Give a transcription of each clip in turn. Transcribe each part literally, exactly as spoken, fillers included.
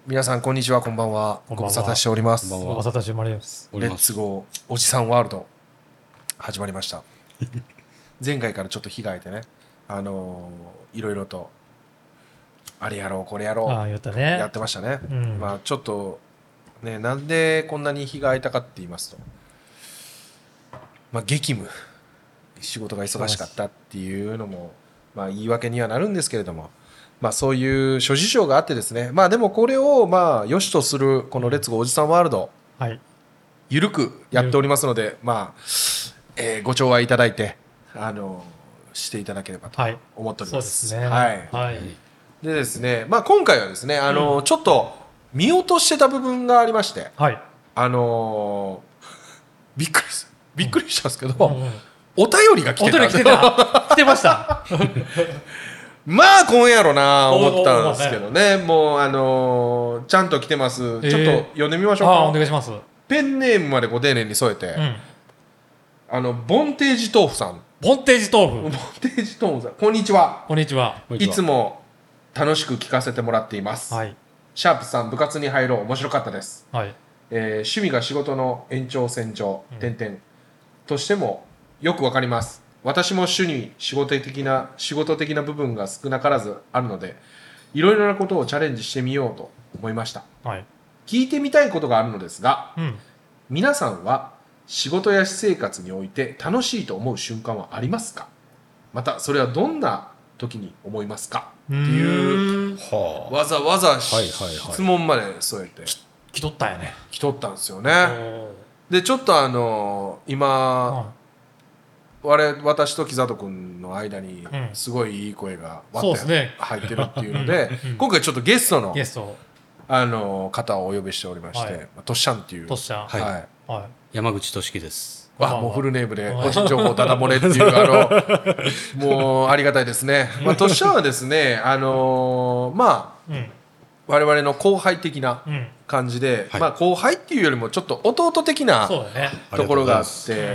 皆さんこんにちは、こんばんは。 こんばんはご無沙汰しております。 ご無沙汰してまいります。 レッツゴーおじさんワールド始まりました。前回からちょっと被害でね、あのー、いろいろとあれやろうこれやろうああ、言ったね。 やってましたね。 うん、 まあちょっとね、なんでこんなに日が空いたかって言いますと、まあ激務、仕事が忙しかったっていうのもまあ言い訳にはなるんですけれども。まあそういう諸事情があってですね、まあでもこれをまあ良しとするこのレッツゴーおじさんワールド、 はい、 ゆるくやっておりますので、まあ、えーご寵愛いただいて、あのしていただければとはい、 思っております。 そうですね。 はい。 はい。 でですね、まあ今回はですね、あのちょっと見落としてた部分がありまして、 はい。 あのびっくりすびっくりしたんですけど、 うんうん、 お便りが来てた。 お便り来てた。来てました。 まあ今夜やろな思ったんですけどね、もうあのー、ちゃんと来てます、えー、ちょっと読んでみましょうか。 あ、お願いします。 ペンネームまでご丁寧に添えて、うん、あのボンテージ豆腐さん。 ボンテージ豆腐。 ボンテージ豆腐さん、こんにちは。 こんにちは。 いつも楽しく聞かせてもらっています。はい、シャープさん部活に入ろう、面白かったです。はい、えー、趣味が仕事の延長線上、うん、点々としてもよくわかります。私も主に仕事的な仕事的な部分が少なからずあるので、いろいろなことをチャレンジしてみようと思いました。はい、聞いてみたいことがあるのですが、うん、皆さんは仕事や私生活において楽しいと思う瞬間はありますか？またそれはどんな時に思いますか？っていう、はあ、わざわざ、はいはいはい、質問まで添えて来とったんやね。 来とったんですよね。でちょっとあのー、今、うん、我私と木里君の間にすごいいい声がわって入ってるっていうので、今回ちょっとゲストのあの方をお呼びしておりまして、とっしゃんっていう、 山口俊樹です。 わもうフルネームで個人情報ダダ漏れっていうあのもうありがたいですね。まあとっしゃんはですね、あのまあ我々の後輩的な感じで、まあ後輩っていうよりもちょっと弟的なところがあって、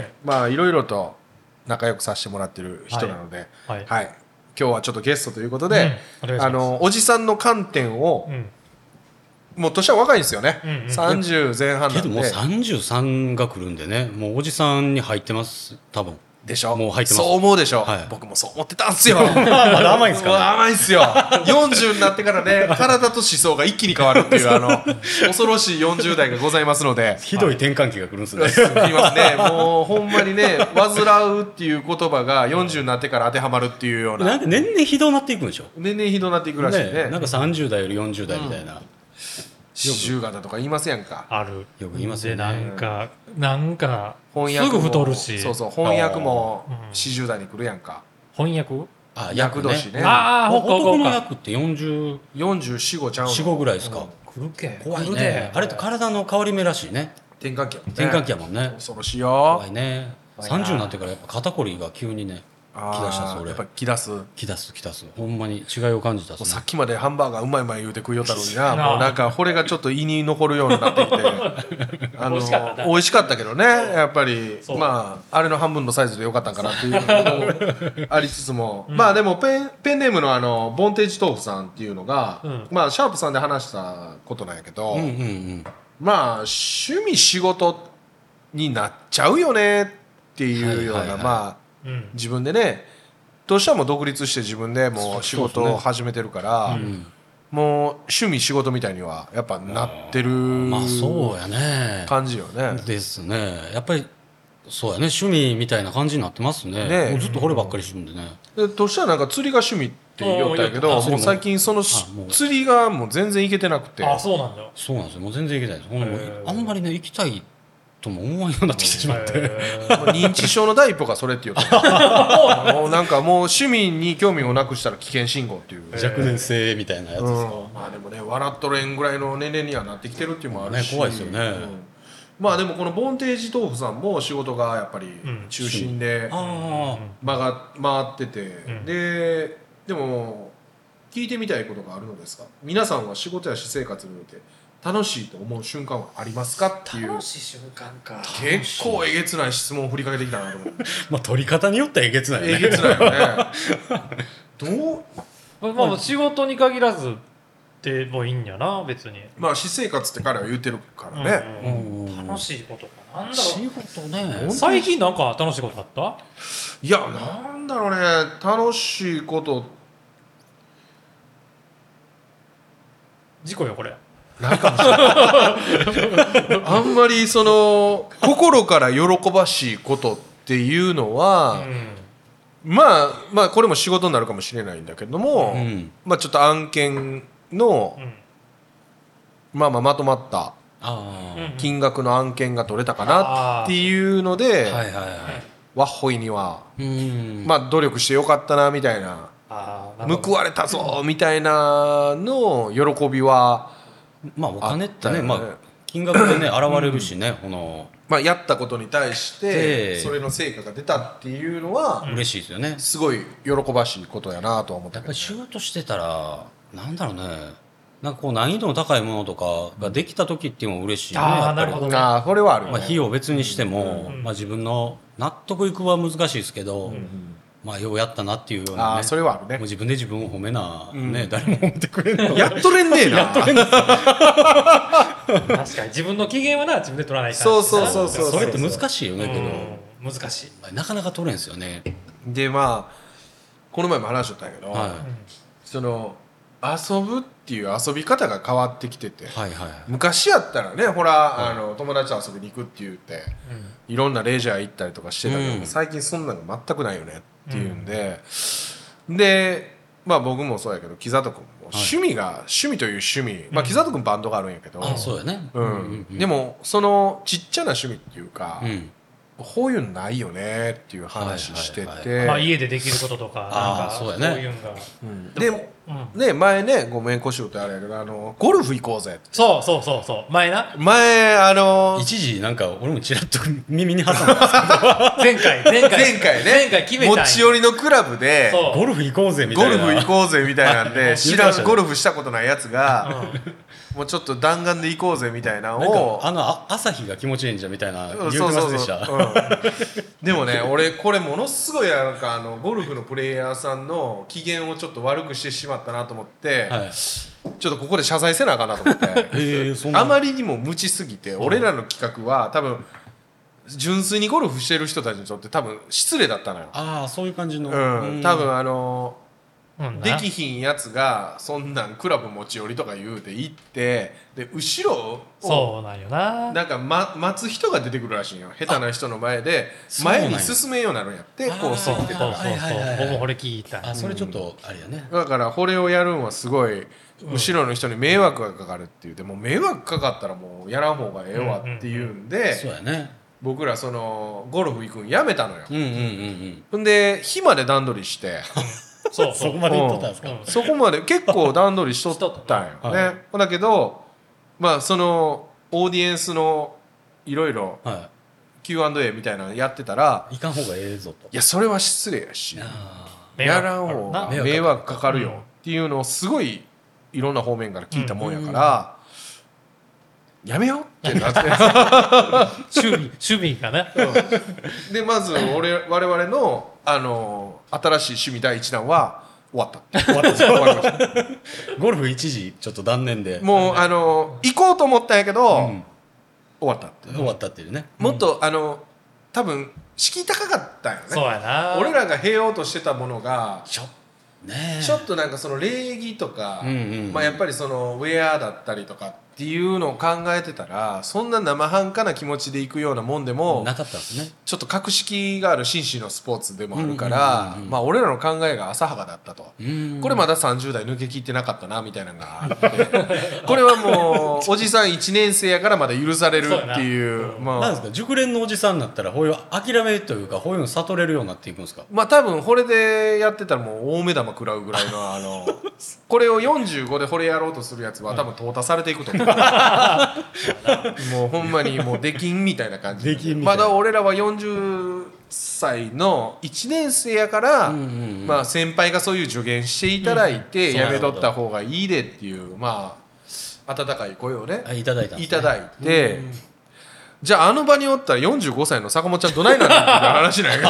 まあいろいろと仲良くさせてもらってる人なので、はいはいはい、今日はちょっとゲストということで、うん、あのおじさんの観点を、うん、もう年は若いんですよね、うんうん、さんじゅうぜん半なんで。 けどもうさんじゅうさんが来るんでね、もうおじさんに入ってます多分。 でしょ。 もう入ってます。 そう思うでしょ、はい、僕もそう思ってたんですよ。まだ甘いんですか、ね、 甘いんですよ。よんじゅうになってからね、体と思想が一気に変わるっていうあの恐ろしいよんじゅう代がございますので、 ひどい転換期が来るんですね。 言いますね。もうほんまにね、患うっていう言葉がよんじゅうになってから当てはまるっていうような。 なんか年々ひどになっていくんでしょ。 年々ひどになっていくらしいね。 ね、なんかさんじゅう代よりよんじゅう代みたいな。 四十肩とか言いますやんか。 ある。 よく言いますよね。 なんかなんか翻訳すぐ太るし。 そうそう、翻訳も四十代に来るやんか。 翻訳？ あ、役年ね。 ああ、 男の役って四十四十四五ちゃうの。 四五ぐらいですか。 来るけ。 怖いね。あれって体の変わり目らしいね。 転換期やもんね。 転換期やもんね。 恐ろしいよ。 怖いね。三十になってからやっぱ肩こりが急にね。きだしたそれ。 やっぱきだす。 きだすきだす。ほんまに違いを感じた。 さっきまでハンバーガーうまいうまい言うて食いよったのにな。もうなんかこれがちょっと胃に残るようになってきて、あの美味しかったけどね。やっぱりまああれの半分のサイズでよかったんかなっていうのもありつつも、まあでもペンペンネームのあのボンテージ豆腐さんっていうのが、まあシャープさんで話したことなんやけど、まあ趣味仕事になっちゃうよねっていうような、まあうん、自分でね、どうしても独立して自分でもう仕事を始めてるから、うん、もう趣味仕事みたいにはやっぱなってる、 まあそうやね感じよね。 ですね。やっぱりそうやね、趣味みたいな感じになってますね。ね、もうずっとこればっかりしてるんでね。 でとしたらなんか釣りが趣味って言ったんやけど、もう最近その釣りがもう全然行けてなくて。 あ、そうなんだ。 そうなんですよ。もう全然行けてないです。あんまりね行きたいとも思わんようになってきてしまって、 認知症の第一歩がそれって言ってもうなんかもう趣味に興味をなくしたら危険信号っていう若年性みたいなやつですか、うん、 まあでもね笑っとれんぐらいの年齢にはなってきてるっていうのもあるし、 ね、怖いですよね、うん、 まあでもこのボンテージ豆腐さんも仕事がやっぱり中心で回ってて、うん、ででも聞いてみたいことがあるのですが、皆さんは仕事や私生活において楽しいと思う瞬間はありますかっていう。 楽しい瞬間か。 結構えげつない質問を振りかけてきたなと思う。 まあ取り方によってはえげつないよね。 えげつないよね。どう？ まあ仕事に限らずてもいいんやな別に。 まあ私生活って彼は言ってるからね、 うんうん、楽しいことかなんだろう。 仕事ね。 最近なんか楽しいことあった？ いやなんだろうね、楽しいこと事故よこれ。 ないかもしれないあんまりその心から喜ばしいことっていうのは、うん、まあまあこれも仕事になるかもしれないんだけども、うん、まあちょっと案件の、うん、まあまあまとまった金額の案件が取れたかなっていうので、はいはいはい、ワッホイには、うん、まあ努力してよかったなみたいな、報われたぞみたいなの喜びは、 まあお金ってね、まあ、金額でね現れるしね、うん、このまあ、やったことに対してそれの成果が出たっていうのは嬉しいですよね。 すごい喜ばしいことやなとは思ったけど、ね、 やっぱり仕事してたらなんだろうね、なんかこう難易度の高いものとかができた時っていうのも嬉しいよね。 ああなるほどね。 あこれはあるよね。 まあ、費用別にしても、うんまあ、自分の納得いくは難しいですけど、うんうんまあようやったなっていうようなね。 あそれはあるね。 もう自分で自分を褒めな、うん、ね誰も褒めてくれない。 やっとれんねえな。やっとれんねえ。 確かに自分の機嫌はな自分で取らないから。 そうそうそうそう。 それって難しいよねけど、 うん、難しい。 なかなか取れんすよね。 でまあこの前も話しとったんやけど、はい、その遊ぶっていう遊び方が変わってきてて、はいはい、昔やったらねほら、はい、あの友達と遊びに行くって言って、うん、いろんなレジャー行ったりとかしてたけど、うん、最近そんなの全くないよねっていうんで、うん、でまあ僕もそうやけど木里君も趣味が、はい、趣味という趣味、まあ、木里君バンドがあるんやけど、 あそうやね、 うんうんうん、でもそのちっちゃな趣味っていうか、うんこういうのないよねっていう話してて、はいはいはいまあ、家でできることとかなんかそうやね、 そういうのが、 うん、で、うん、ね前ねごめんこしゅうってあれやけどあのゴルフ行こうぜってそうそうそうそう前な前あの一時なんか俺もちらっと耳に挟んだんですけど前回前回前回ね前回決めたん持ち寄りのクラブでゴルフ行こうぜみたいなゴルフ行こうぜみたいなんで知らんゴルフしたことないやつが、うんもうちょっと弾丸で行こうぜみたいなのをなんかあの朝日が気持ちいいんじゃみたいな言ってませんでした。 でもね俺これものすごいなんかあのゴルフのプレイヤーさんの機嫌をちょっと悪くしてしまったなと思って、はい、ちょっとここで謝罪せなあかんなと思ってえそんなあまりにも無知すぎて俺らの企画は多分純粋にゴルフしてる人たちにとって多分失礼だったのよ。 ああそういう感じの、 うん、多分あのできひんやつがそんなんクラブ持ち寄りとか言うて行ってで後ろをそうなんよななんか、ま、待つ人が出てくるらしいよ下手な人の前で前に進めんようになるんやってこう過ぎてたらそうそうそう僕もこれ聞いたあそれちょっとあれやねだからこれをやるんはすごい後ろの人に迷惑がかかるっていうでも迷惑かかったらもうやらん方がええわっていうんでそうやね僕らそのゴルフ行くんやめたのようんうんうんうんで暇で段取りしてそうそこまで言っとったんですか、 うん、そこまで結構段取りしとったんよね、はい、だけどまあそのオーディエンスのいろいろ キューアンドエー みたいなのやってたらいかん方がええぞといやそれは失礼やしやらん方が迷惑かかるよっていうのをすごいいろんな方面から聞いたもんやから、うん、やめようってなって趣味趣味かな、 うん、でまず俺我々のあの新しい趣味だいいちだんは終わった終わった終わりましたゴルフ一時ちょっと断念でもうあの行こうと思ったんやけど、うん、終わったって終わったっていうねもっとあの多分敷居高かったんよねそうやな俺らが経ようとしてたものがちょねちょっとなんかその礼儀とか、うんうんうん、まあ、やっぱりそのウェアだったりとかっていうのを考えてたらそんな生半可な気持ちで行くようなもんでもなかったですねちょっと格式がある紳士のスポーツでもあるから、うんうんうん、まあ俺らの考えが浅はかだったと、うんうん、これまださんじゅう代抜けきってなかったなみたいなのがあってこれはもうおじさんいちねん生やからまだ許されるっていうまあ、なんですか熟練のおじさんになったらこういう諦めというかこういうの悟れるようになっていくんですか。 まあ多分これでやってたらもう大目玉食らうぐらいのあのこれをよんじゅうごでこれやろうとするやつは多分淘汰されていくと思うもうほんまにもう出禁みたいな感じまだ俺らはよんじゅっさいのいちねん生やから、うんうんうん、まあ、先輩がそういう助言していただいて、うん、やめとった方がいいでっていうまあ温かい声をねいただいたんですね、 いただいて、 じゃああの場におったらよんじゅうごさいの坂本ちゃんどないなんだっていう話なんやけど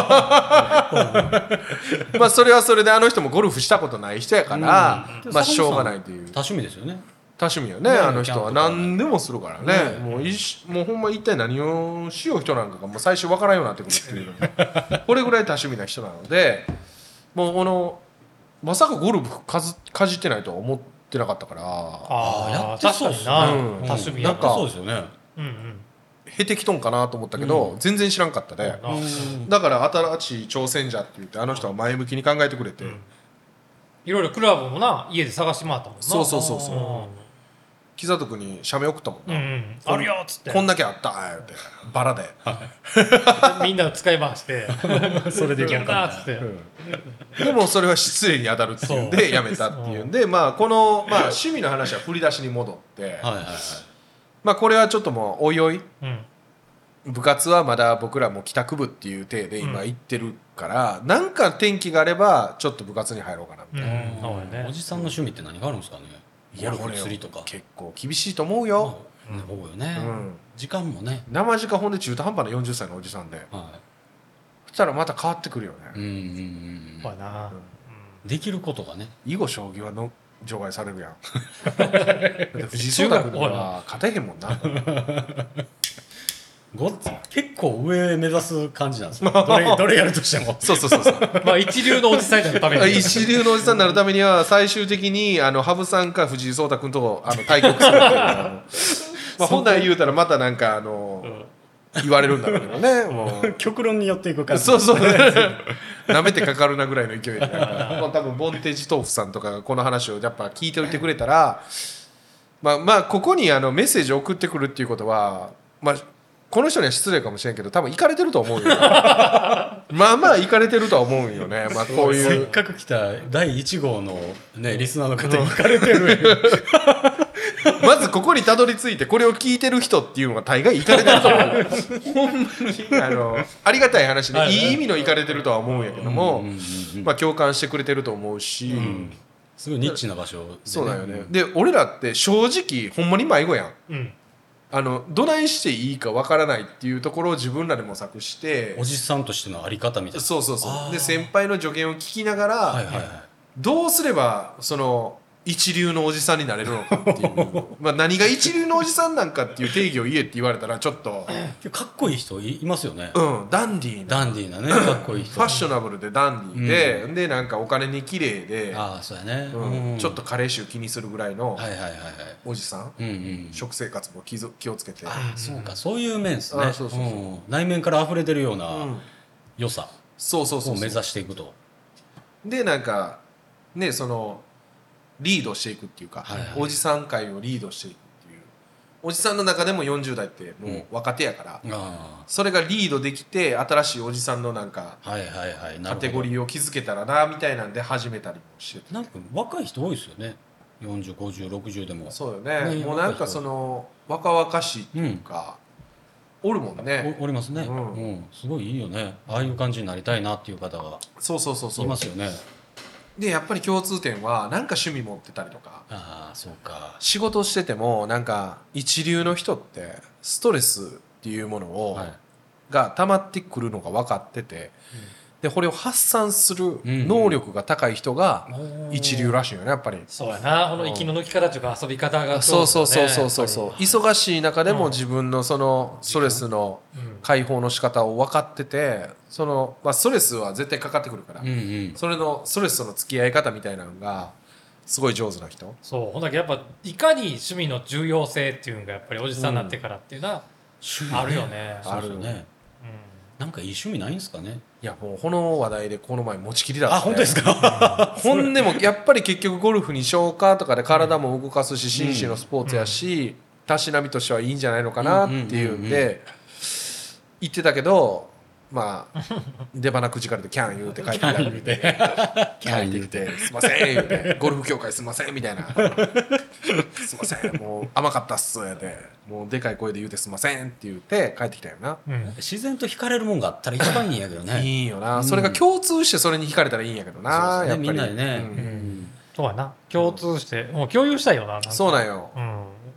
まあそれはそれであの人もゴルフしたことない人やから、うん、まあしょうがないという多趣味ですよね。 多趣味よね、あの人は何でもするからね、ねもういしもうほんま一体何をしよう人なんかがもう最初分からんようになってくるっていうこれぐらい多趣味な人なので、もうこのまさかゴルフかずかじってないとは思ってなかったから、 ああやってそうですね、うん、多趣味やったそうですよね、うんうん、 へてきとんかなと思ったけど、うん、全然知らんかったで、うん、だから新しい挑戦者って言ってあの人は前向きに考えてくれて、うん、 いろいろクラブもな家で探してもらったもんな。 そうそうそうそう、木里君に写メ送ったもんな、うんうん、 あるよっつってこんだけあったってバラでみんな使い回してそれでいけるかなっつって、 うん、でもそれは失礼に当たるっていうんでやめたっていうんで、まあこの、まあ、趣味の話は振り出しに戻ってはいはい、はい、まあこれはちょっともうおいおい、うん、部活はまだ僕らも帰宅部っていう体で今行ってるから、うん、なんか転機があればちょっと部活に入ろうかなみたいな、うんうんね、おじさんの趣味って何があるんですかね。 いやこれ釣りとか結構厳しいと思うよ、 うん、思うよね、うん、時間もね生時間ほんで中途半端なよんじゅっさいのおじさんで、はい、そしたらまた変わってくるよね。うんうんうんそうやな、 うん、できることがね囲碁将棋はの除外されるやんだって藤井聡太君には勝てへんもんなご結構上目指す感じなんですよどれ、どれやるとしてもそうそうそうそうまあ一流のおじさんになるために一流のおじさんになるためには最終的にあの羽生さんか藤井聡太君とあの対局するっていうまあ本来言うたらまたなんかあの、うん、言われるんだろうけどねもう極論に寄っていく感じそうそうなめてかかるなぐらいの勢いでなんか多分ボンテージ豆腐さんとかがこの話をやっぱ聞いておいてくれたらまあまあここにあのメッセージを送ってくるっていうことはまあこの人には失礼かもしれんけど多分イカれてると思うよまあまあイカれてるとは思うよね、まあ、こういうせっかく来ただいいち号の、ね、リスナーの方イカれてるまずここにたどり着いてこれを聞いてる人っていうのが大概イカれてると思うほんまに あのありがたい話で、ね、いい意味のイカれてるとは思うんやけども、うんうんうんうん、まあ、共感してくれてると思うし、うん、 すごいニッチな場所で、ね、 そうだよね。で俺らって正直ほんまに迷子やん、うんあのどないしていいかわからないっていうところを自分らで模索しておじさんとしてのあり方みたいなそうそうそうで先輩の助言を聞きながら、はいはいはい、どうすればその一流のおじさんになれるのかっていうまあ何が一流のおじさんなんかっていう定義を言えって言われたらちょっとかっこいい人いますよね。 うんダンディーなダンディーなねかっこいい人ファッショナブルでダンディーで、うん、でなんかお金に綺麗であそうやね、 うんうん、ちょっと加齢臭気にするぐらいのはいはいはいはいおじさん、うんうん、食生活も気づ気をつけてあそうかそういう面ですねあそうそうそう、うん、内面から溢れてるような良さを目指していくとでなんかねそのリードしていくっていうか、はいはい、おじさん界をリードしていくっていうおじさんの中でもよんじゅう代ってもう若手やから、うん、それがリードできて新しいおじさんのなんか、はいはいはい、カテゴリーを築けたらなみたいなんで始めたりもしててなんか若い人多いですよねよんじゅう、ごじゅう、ろくじゅうでもそうよね、ねもうなんかその若々しいっていうか、うん、おるもんねお, おりますね、うんうん、すごいいいよねああいう感じになりたいなっていう方がそうそうそうそういますよねでやっぱり共通点はなんか趣味持ってたりとかあそうか仕事しててもなんか一流の人ってストレスっていうものを、はい、が溜まってくるのが分かってて、うん、でこれを発散する能力が高い人が一流らしいよねやっぱりそうやなこの息の抜き方というか遊び方がそうそうそうそうそうそう忙しい中でも自分のそのストレスの解放の仕方を分かっててその、まあ、ストレスは絶対かかってくるから、うんうん、それのストレスとの付き合い方みたいなのがすごい上手な人そうほんだけやっぱいかに趣味の重要性っていうのがやっぱりおじさんになってからっていうのはあるよね、 うん、あるよねなんかいい趣味ないんですかねいやもうこの話題でこの前持ちきりだった、 ね、あ本当ですかほんでもやっぱり結局ゴルフに消化とかで体も動かすし紳士のスポーツやしたしなみとしてはいいんじゃないのかなっていうんで言ってたけどまあ出花くじかれてキャン言うて帰ってきたりてキャン言うてすいません言うてゴルフ協会すいませんみたいなすいませんもう甘かったっすやでもうでかい声で言うてすいませんって言って帰ってきたよな、 うん、自然と惹かれるもんがあったら一番いいんやけどねいいよな、うん、それが共通してそれに惹かれたらいいんやけどな、 そうですね、 やっぱりみんなでね、 うんうん、そうやな共通して、うん、もう共有したいよな、なんかそうなんよ、うん、まあ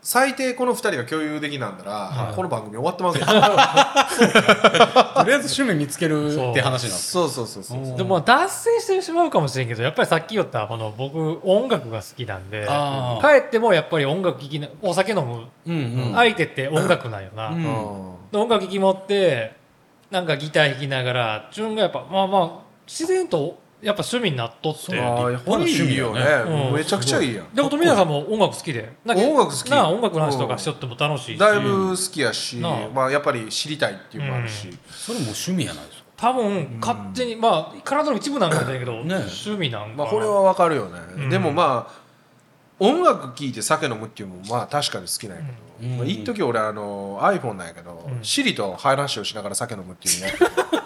最低このふたりが共有できなんだら、はい、この番組終わってますよとりあえず趣味見つけるって話なんですそうそうそうそうでも脱線してしまうかもしれんけどやっぱりさっき言ったこの僕音楽が好きなんで帰ってもやっぱり音楽聴きなお酒飲む、うんうん、相手って音楽なんよな、うん、音楽聴き持ってなんかギター弾きながら自分がやっぱまあまあ自然とやっぱ趣味になっとってああ本趣味よね、うん、めちゃくちゃいいやんでも富永さんも音楽好きでなんか音楽好きな音楽の話とかしとっても楽しいしだいぶ好きやし、まあ、やっぱり知りたいっていうのもあるし、うん、 それも趣味やないですか多分勝手に、うん、まあ体の一部なんかもしれないけど、ね、趣味なんかな、 まあ、これはわかるよね、うん、でもまあ音楽聴いて酒飲むっていうのもまあ確かに好きなんやけど、うんまあ、一時俺あの アイフォン なんやけど、うん、シリと話をしながら酒飲むっていうね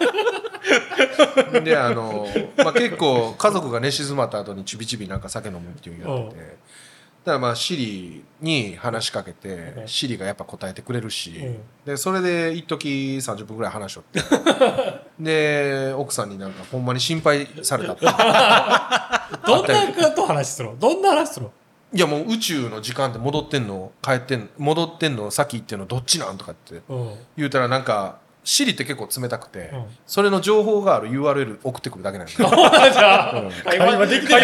であの、まあ、結構家族が寝静まった後にちびちびなんか酒飲むっていうのやっててだからまあシリに話しかけてシリがやっぱ答えてくれるしでそれで一時さんじゅっぷんぐらい話しとってで奥さんになんかほんまに心配されたってどんなこと話するのどんな話するのいやもう宇宙の時間って戻ってんの帰ってん戻ってんの先行ってんのどっちなんとかって言うたらなんかシリって結構冷たくて、うん、それの情報がある ユーアールエル 送ってくるだけなんだじゃあ、うん、 会話できてる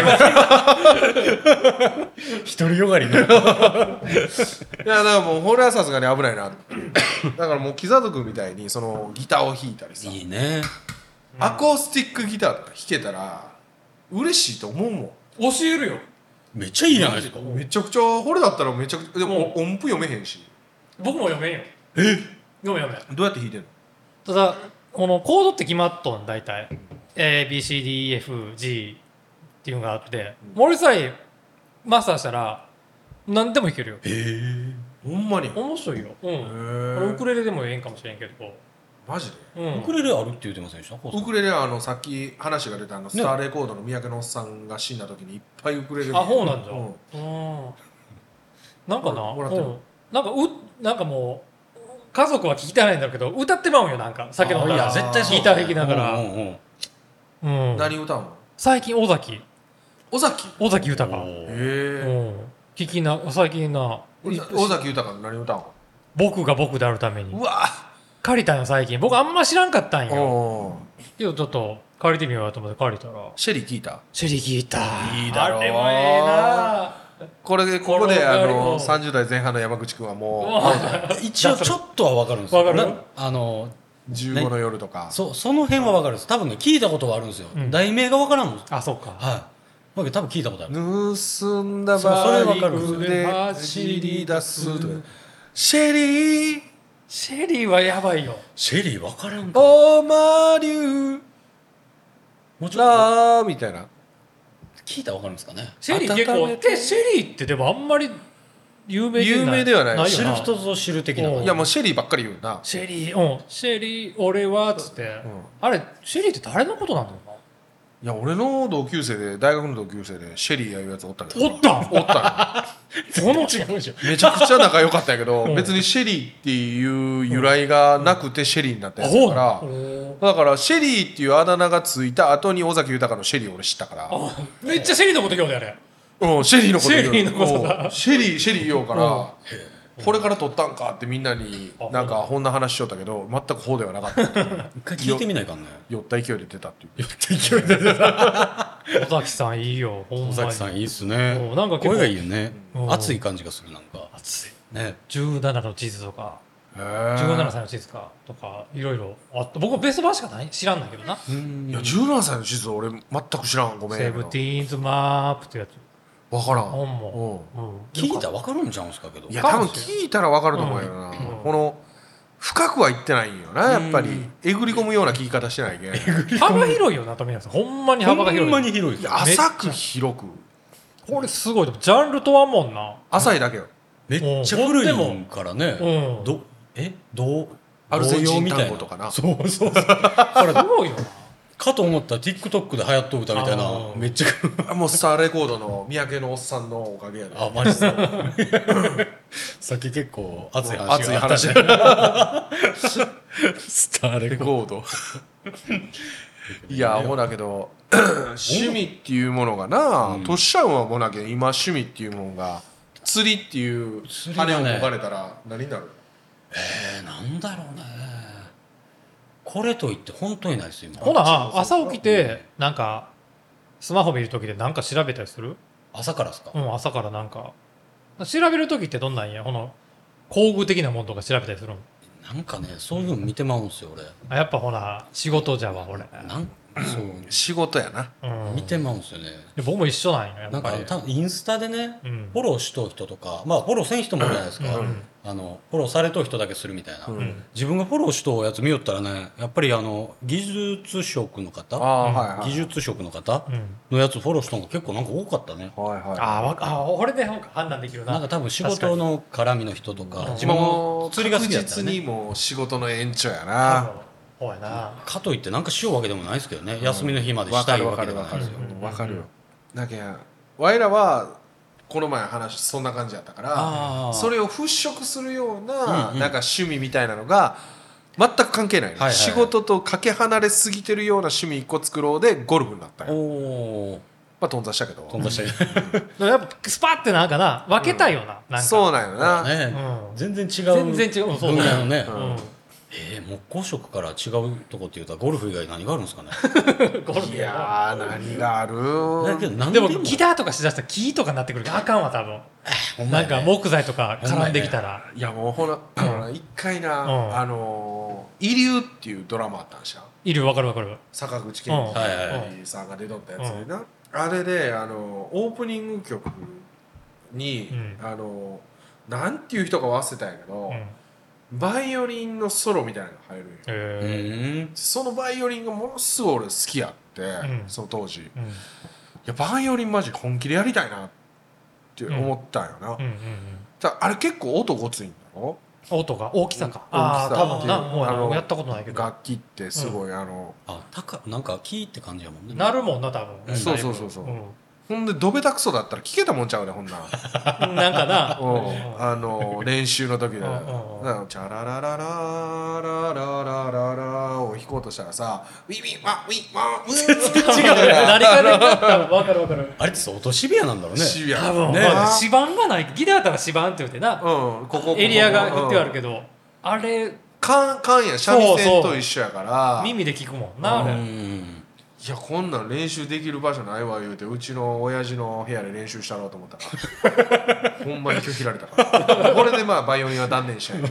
独りよがりねいやだからもうこれはさすがに危ないなだからもうキザ族みたいにそのギターを弾いたりさいいねアコースティックギターとか弾けたら嬉しいと思うもん教えるよめっちゃいいじゃないですかめちゃくちゃこれだったらめちゃくちゃでも音符読めへんし僕も読めんよえ読め読めどうやって弾いてんのただこのコードって決まっとん大体 エービーシーディーエフジー っていうのがあって森さえマスターしたら何でも弾けるよへえほんまに面白いようんウクレレでもええんかもしれんけどマジで、 うん、ウクレレあるって言ってませんでしたウクレレはあのさっき話が出たあのスターレコードの三宅のおっさんが死んだ時にいっぱいウクレレあそうなんじゃ、うん、うんなんかなもらってる、うん、なんかうなんかもう家族は聞きたいんだけど歌ってまうんよなんか酒飲んだら絶対そうギター弾きながら、うんうんうん、何歌うの最近尾崎尾崎尾崎豊へえ、 うん、聞きな最近な尾崎豊の何歌うの僕が僕であるためにうわ借りたんよ最近僕あんま知らんかったんよけどちょっと借りてみようと思って借りたらシェリー聞いたシェリー聞いたいいだろうあれもええなこれでここであのさんじゅう代前半の山口くんはもう一応ちょっとは分かるんですよ。 分かるあのじゅうごの夜とか、 ね、そ, その辺は分かるんです多分ね聞いたことはあるんですよ、うん、題名が分からんのあそうかはい多分聞いたことある盗んだバイクで走り出すとかシェリーシェリーはやばいよシェリー分からんかオーマリューもうちょっとラーみたいな聞いたら分かるんですかねシェリー結構でシェリーってでもあんまり有名有名ではない知る人ぞ知る的な。 いやもうシェリーばっかり言うなシェリーうんシェリー俺はっつって、うん、あれシェリーって誰のことなんだろうな。 いや俺の同級生で大学の同級生でシェリーやいうやつおったけどおったおったその違うでしょめちゃくちゃ仲良かったんやけど、うん、別にシェリーっていう由来がなくてシェリーになったやつだから、うん、だからシェリーっていうあだ名がついた後に尾崎豊のシェリーを俺知ったからめっちゃシェリーのこと言うねあれうんシェリーのこと言うシェリーのことだシェリーシェリー言おうから、うんこれから撮ったんかってみんなになんかこんな話しよったけど全くこうではなかった一回聞いてみないかんね酔った勢いで出たっていう酔った勢いで出た尾崎さんいいよ尾崎さんいいっすねなんか声がいいよね熱い感じがするなんか熱いねじゅうななの地図とかじゅうななさいの地図かとかいろいろあった僕はベスト版しかない知らんだけどないやじゅうななさいの地図俺全く知らんごめんセブティーンズマップってやつ分からん、 ほんも、 うん、聞いたら分かるんちゃうんすかけどいや多分聞いたら分かると思うよな、うん、この深くは言ってないんよなやっぱりえぐり込むような聞き方してないけん幅広いよな富永さんほんまに幅が広いほんまに広いです浅く広くこれすごいジャンル問わんもんな浅いだけよめっちゃ古いもんからね、うん、どえどうアルゼンチン単語とかなそうそうそうこれどうよかと思ったら TikTok で流行っとる歌みたいなめっちゃもうスターレコードの三宅のおっさんのおかげやねあマジでさっき結構熱い話熱い話スターレコードいやもうだけど趣味っていうものがなとっしゃんはもうだけど今趣味っていうものが釣りっていう羽をこがれたら何になる？ えー、なんだろうね。これといって本当にないです今。 ほな朝起きてなんかスマホ見るときでなんか調べたりする？ 朝からですか？ うん、朝からなんか調べるときってどんなんや、この工具的なものとか調べたりするの？ なんかね、そういうの見てまうんですよ俺。 あ、やっぱほな仕事じゃわ俺。 なんそう仕事やな、 うん、見てまうんですよね。 で僕も一緒なんややっぱり。 なんか多分インスタでね、 うん、 フォローしとう人とか、まあフォローせん人もいるじゃないですか、うん、あのフォローされとう人だけするみたいな、うん、自分がフォローしとうやつ見よったらね、やっぱりあの技術職の方、あ、はいはい、技術職の方のやつフォローしとうのが結構なんか多かったね、はいはい、 ああ、俺で判断できるな。 なんか多分仕事の絡みの人とか、 自分も釣りが好きだったらね、確実にもう仕事の延長やな。 ほうやな。 かといってなんかしようわけでもないですけどね、うん、休みの日までしたいわけでもないですよ。 わかるよ。だけどわいらはこの前話そんな感じやったから、それを払拭するような、うんうん、なんか趣味みたいなのが全く関係ない、はいはい、仕事とかけ離れすぎてるような趣味一個作ろうでゴルフになったよ。おまあ頓挫したけど。 頓挫したけど。 やっぱスパってなんかな分けたいよな。うん、なんかそうなんよな。 ね、うん、全然違う。 全然違う。 分野のね。うんえー、木工職から違うとこっていうとゴルフ以外何があるんですかね。 ゴルフいやー何があるだけど何でもギターとかしだしたら木とかになってくるからあかんわ多分、ね、なんか木材とか絡んできたら、 ね、いやもうほら一回な、うん、あのー、イリューっていうドラマあったんしゃ。 イリュー分かる分かる。 坂口健二さんが出とったやつでな、うん、あれであのオープニング曲に、うん、あのなんていう人か忘れたんやけど、うんバイオリンのソロみたいなのが入るんよ、えー、そのバイオリンがものすごい俺好きやって、うん、その当時、うん、いやバイオリンマジ本気でやりたいなって思ったんよな、うんうんうんうん、あれ結構音ごついんだろ。 音が大きさか、うん、ああ多分なもうあのやったことないけど楽器ってすごい、うん、あのあ高なんかキーって感じやもんね。 なるもんな多分、 うん、そうそうそうそう、うんほんでどべたくそだったら聞けたもんちゃうねほんななんかな、 うん、あの練習の時で「チャラララララララララ」を弾こうとしたらさ「ウィウィワウィワウ」違うね何かで分かる分かる。 あれって相当シビアなんだろうね。 シビア多分ね指板がないギターだったら指板って言ってな、うん、ここエリアが振ってあるけど、うん、あれ缶缶や三味線と一緒やから耳で聞くもんなあれ。 うんいやこんなん練習できる場所ないわ言うてうちの親父の部屋で練習したろうと思ったからほんまに拒否られたからこれでまあバイオリンは断念しない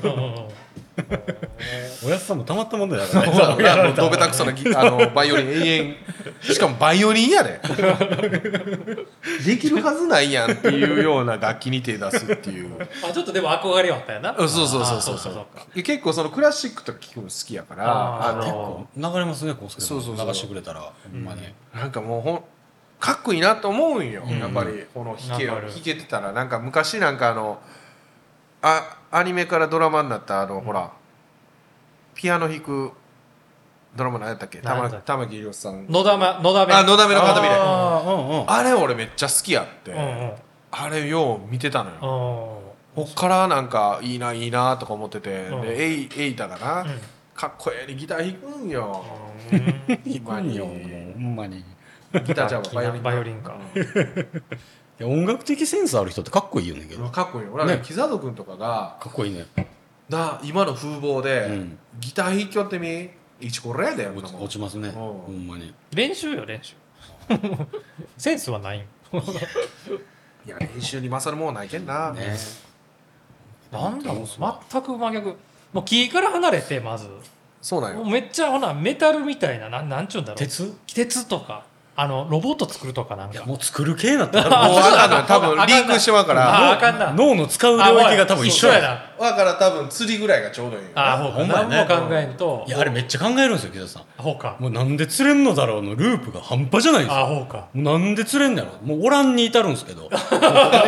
おやつさんもたまったもんだよねどべたくそなあのバイオリン永遠しかもバイオリンやでできるはずないやんっていうような楽器に手出すっていうあちょっとでも憧れはあったよな。 そうそうそうそうそう結構そのクラシックとか聴くの好きやからああの結構流れますねこうすけど流してくれたらほんまに、 うん、なんかもうほんかっこいいなと思うんよ、うん、やっぱりこの弾け弾けてたらなんか昔なんかあのあアニメからドラマになったあの、うん、ほらピアノ弾くドラマ何やったっけ玉木宏さんのだめのだめあのだめの片びれ あ,、うんうん、あれ俺めっちゃ好きやって、うんうん、あれよう見てたのよ。こっからなんかいいないいなとか思ってて、うん、でエイエイタがな、うん、かっこええにギター弾くんよ、 うん、弾くんよほんまにギターちゃうわバイオリンバイオリンかいや音楽的センスある人ってかっこいいよねけどかっこいいよ俺はねキザド君とかがかっこいいねな今の風貌で、うん、ギター弾きよってみ一これやで落ち、落ちますねほんまに練習よ練習センスはないんいや練習に勝るもんないけんな、ね、 なんだろう全く真逆もう木から離れてまずそうなんよめっちゃほなメタルみたいな な, なんちゅうんだろう鉄鉄とかあのロボット作るとかなんかいやもう作る系だったらもうあかん多分リンクしてまうからあかんな脳の使う領域が多分一緒やなだから多分釣りぐらいがちょうどいいよあほんまに何も考えんといやあれめっちゃ考えるんですよ木田さんあほうかもうなんで釣れんのだろうのループが半端じゃないんですよあほうかもうなんで釣れんのやろもうオランに至るんですけど確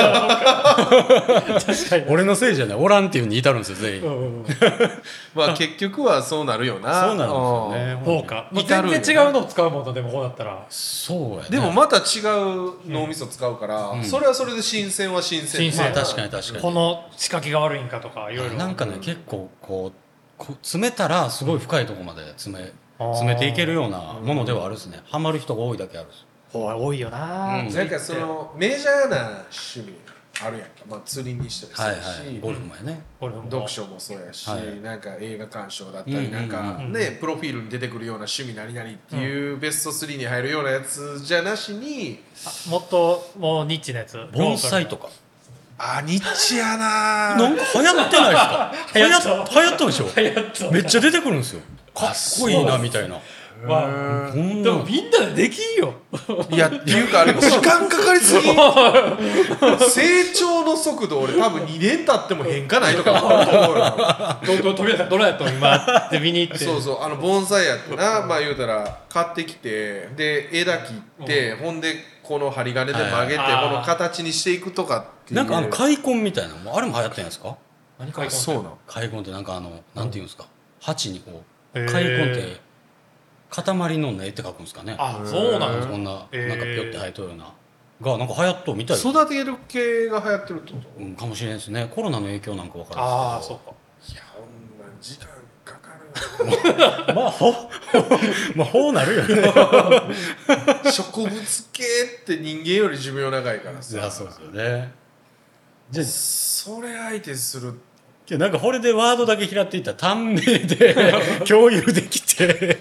かに俺のせいじゃないオランっていう風に至るんですよ全員、うんうん、 まあ結局はそうなるよなそうなんですよねほうかもう全然違うのを使うものでもこうだったらそうやねでもまた違う脳みそ使うから、うん、それはそれで新鮮は新鮮、 新鮮、 まあ、確かに確かにこの仕掛けが悪いんかとかいろいろなんかね、うん、結構こうこう詰めたらすごい深いところまで詰め、詰めていけるようなものではあるですね、うん、ハマる人が多いだけある多いよな、 うん、なんかそのメジャーな趣味あるやんか、まあ、釣りにしてもそうやし、はいはい、 ゴルフもやね、 読書もそうやし、はい、なんか映画鑑賞だったり、うん、なんかね、プロフィールに出てくるような趣味何々っていうベストスリーに入るようなやつじゃなしに、 うん、もっともうニッチなやつ、 盆栽とか。 あ、ニッチやな。 なんか流行ってないですか？流行った流行ったでしょ？めっちゃ出てくるんですよ。かっこいいなみたいな。 まあ、でもみんなでできんよ。 いやっていうかあれ時間かかりすぎ。成長の速度俺多分にねん経っても変化ないとか思うよ。 どど飛び出したどれやと今って見に行って。 そうそう、あの盆栽やってな、まあ言うたら買ってきてで枝切って、うん、ほんでこの針金で曲げて、はい、この形にしていくとかっていう。 なんかあの開墾みたいなのあれも流行ってないですか？ 何開墾？ そうなの。 開墾ってなんかあのなんていうんですか、鉢にこう開墾って塊の根って書くんですかね。 あ、そうなんです。 こんななんかぴょって生えとるようながなんか流行っとるみたいです。 育てる系が流行ってるってこと？ うん、かもしれないですね。コロナの影響なんかわからないですけど。ああ、そうか。 いや、ほんなん時間かかる。 まあほまあほうなるよね。 植物系って人間より寿命長いからさ。 いや、そうですよね。 じゃあそれ相手する。 なんかこれでワードだけ拾っていったら短命で共有できて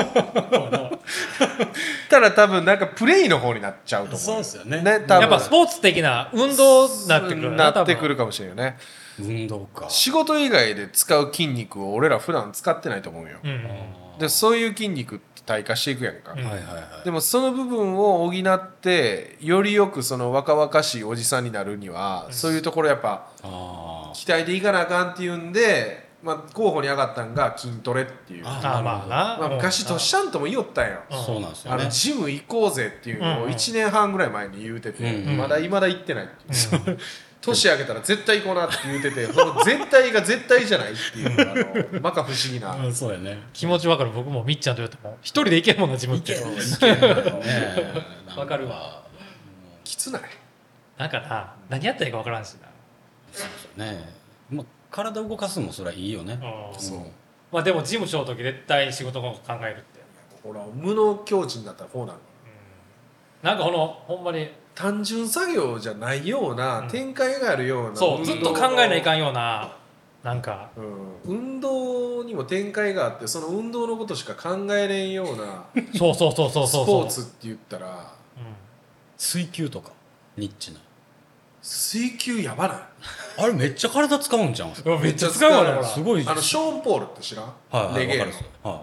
ただ多分なんかプレイの方になっちゃうと思う。 そうですよね。 ね、多分やっぱスポーツ的な運動になってくるなってくるかもしれないよね。 運動か。 仕事以外で使う筋肉を俺ら普段使ってないと思うよ、うん、でそういう筋肉って退化していくやんか、うん、はいはいはい、でもその部分を補ってよりよくその若々しいおじさんになるには、うん、そういうところやっぱ鍛えていかなあかんっていうんで、まあ、候補に上がったんが筋トレっていう。 ああ、まあな、 まあ、昔とっしゃんとも言おったんよ、 うん、そうなんですよね。 あのジム行こうぜっていうのをいちねんはんぐらい前に言うてて、うんうん、まだ未だ行ってないっていう、うん年上げたら絶対行こうなって言うてて、その絶対が絶対じゃないっていうあのまか不思議な、 うん、そうやね、 気持ち分かる。僕もみっちゃんと言っても一人で行けるもんな自分って。 いけるね。 分かるわ。 きつないなんかな、何やったらいいか分からんしな。 そうですね、まあ、体動かすのもそれはいいよね、 うん、そう、まあでもジムしようとき絶対仕事のこと考えるって。 ほら無能強人だったらこうなる、 うん、なんかこのほんまに単純作業じゃないような、うん、展開があるような、 そうずっと考えないかんような、なんか、 うん、運動にも展開があってその運動のことしか考えれんようなそうそうそうそうそうスポーツって言ったら、うん、 水球とかニッチな水球やばない？ あれめっちゃ体使うんじゃん。 めっちゃ使うわね。 すごい。 あのショーン・ポールって知らん？ はい、 レゲエの、 はい、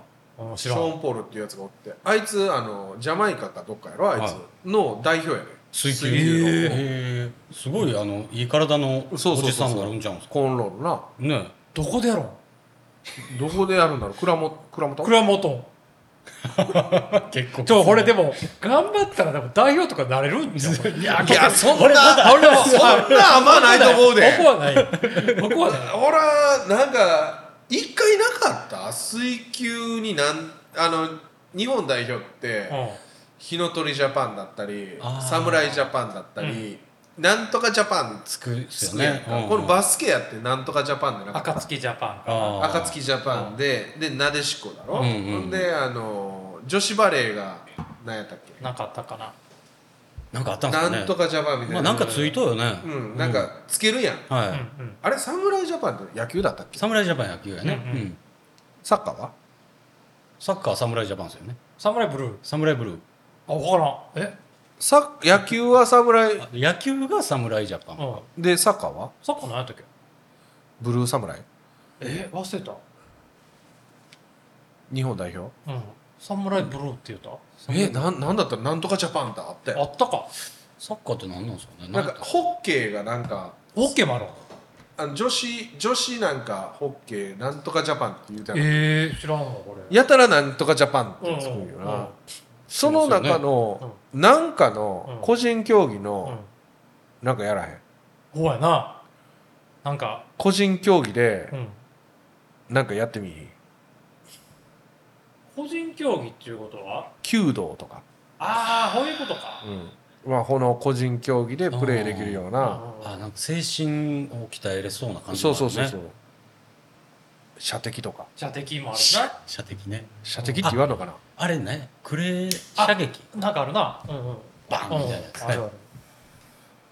ショーン・ポールっていうやつがおって、あいつあのジャマイカかどっかやろ、あいつの代表やで、 水球の、えー、すごいあのいい体のおじさんがあるんじゃん。 コーンロールな。 ね、どこでやろう？どこでやるんだろう？クラモクラモトン？ クラモトン。結構。ちょこれでも頑張ったらでも代表とかなれるんじゃん。いや、 いやそんなそんなあんまないと思うで。 僕はない。僕はない。 俺はなんか一回なかった？水球になんあの日本代表って。うん、火の鳥ジャパンだったり侍ジャパンだったり、うん、なんとかジャパンつくですよね、 うん、これバスケやってなんとかジャパンでなかった暁ジャパン暁ジャパンで、うん、でなでしこだろ、うんうん、であの女子バレーが何やったっけ、 なんかあったかな、 なんかあったんですかね、 なんとかジャパンみたいな、 まあ、なんかついとよね、 うん、なんかつけるやん、 うん、はい、 あれ侍ジャパンって野球だったっけ？ 侍ジャパン野球やね、 うんうん、サッカーは？ サッカーは侍ジャパンですよね。 侍ブルー侍ブルー、 あ、分からん。えさ野球は侍、 野球が侍ジャパン、 うん、でサッカーは？ サッカー何やったっけ？ ブルー侍。 え忘れた。 日本代表、 うん、侍ブルーって言った。 えな、なんだったらなんとかジャパンだってあったか。 サッカーって何なんですかね。 なんかホッケーがなんかホッケーもある、 あの女子女子なんかホッケーなんとかジャパンって言うてたの。 えー、知らんわこれ。 やたらなんとかジャパンってつくんよな、うんうんうん、その中のなんかの個人競技のなんかやらへん。 ほうやな。なんか個人競技でなんかやってみい。 個人競技っていうことは弓道とか。 ああ、そういうことか。 うん、まあこの個人競技でプレーできるような、 ああ、なんか精神を鍛えれそうな感じ、 ね、そうそうそうそう。射的とか。 射的もあるな。 射的ね。 射的って言わんのかな。 あ, あれね、クレー射撃なんかあるな。うんうん。 バンみたいなやつ。 あるある。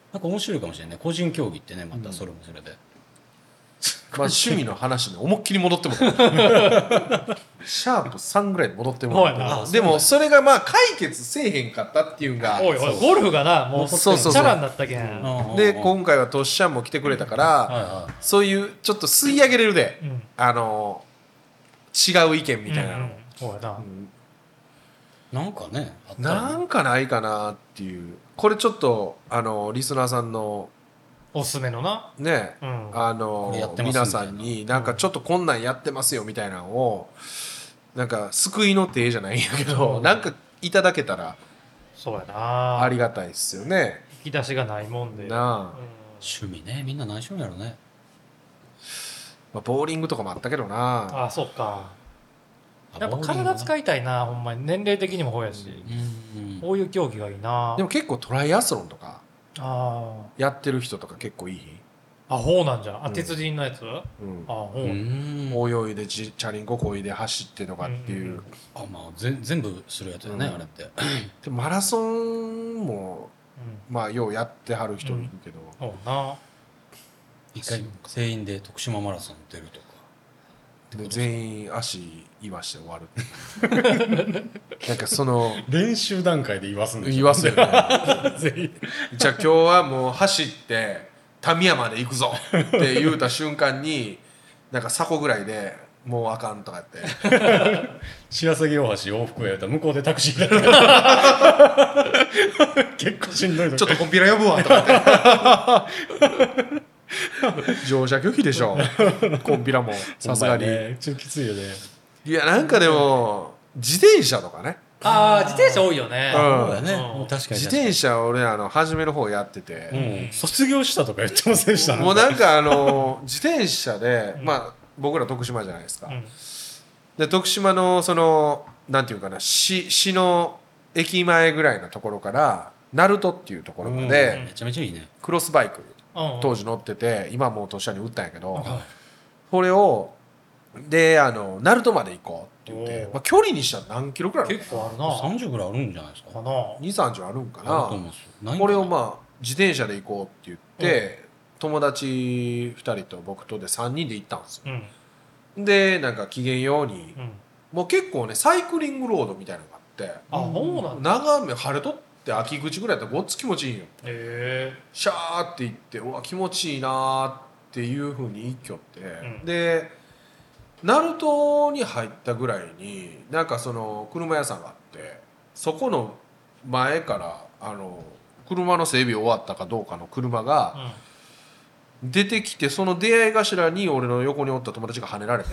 なんか面白いかもしれないね、個人競技ってね、またそれもそれで、うん、 まあ趣味の話に思いっきり戻ってもらうシャープさんぐらいで戻ってもらうでもそれがまあ解決せえへんかったっていうのがおいおいゴルフがなもうそうそうそうチャラになったけんで今回はトシちゃんも来てくれたから、はいはい、そういうちょっと吸い上げれるで、うん、あの違う意見みたいなの、うんうん、そうやな、うん、 なんかねあったらねなんかないかなっていうこれちょっとあのリスナーさんのおすすめのなね、うん、あの皆さんになんかちょっとこんなんやってますよみたいなのをなんか救いの手じゃないんやけど、うん、なんかいただけたらそうやなありがたいですよね。 引き出しがないもんでなあ、 うん、趣味ねみんな何しようやろね、 まあ、ボーリングとかもあったけどなああそっかやっぱ体使いたいなほんまに年齢的にもほうやし、うんうん、こういう競技がいいな。 でも結構トライアスロンとかやってる人とか結構いいあほうなんじゃあ、うん、鉄人のやつ、うん、あほう泳いでチャリンコこいで走ってとかっていう、うんうん、 あまあぜ全部するやつだね、うん、あれってでマラソンも、うん、まあようやってはる人いるけど、うん、そうな一回全員で徳島マラソン出るとかで全員足言わして終わるなんかその練習段階で言わすんでしょ言わすよね全員じゃあ今日はもう走ってタミヤまで行くぞって言うた瞬間になんか鎖骨ぐらいでもうあかんとかって白鷺大橋往復やったら向こうでタクシーだった結構しんどいちょっとコンピラ呼ぶわとかって乗車拒否でしょコンピラもさすがに、 ね、ちょっときついよね。 いやなんかでも自転車とかねああ自転車多いよね、 うんそうだね、うん、確かに自転車俺あの始める方やってて、 うん、卒業したとか言ってませんでしたもうなんかあの自転車で、うん、まあ僕ら徳島じゃないですか、うん、で徳島のそのなんていうかな市市の駅前ぐらいのところから鳴門っていうところまで、 うん、めちゃめちゃいいねクロスバイク当時乗ってて今もう年下に売ったんやけどこれをであの鳴門まで行こうって言って、まあ、距離にしたら何キロくらいある結構あるなさんじゅうぐらいあるんじゃないですかかなにじゅうさんじゅうあるんかなこれをまあ自転車で行こうって言って、うん、友達ふたりと僕とでさんにんで行ったんですよ、うん、でなんか機嫌ように、うん、もう結構ねサイクリングロードみたいなのがあってあそうなんだ長め晴れとって秋口ぐらいだったらごっつ気持ちいいんよへえシャーって行ってうわ気持ちいいなっていう風に一挙って、うん、で鳴門に入ったぐらいになんかその車屋さんがあってそこの前からあの車の整備終わったかどうかの車が出てきてその出会い頭に俺の横におった友達が跳ねられて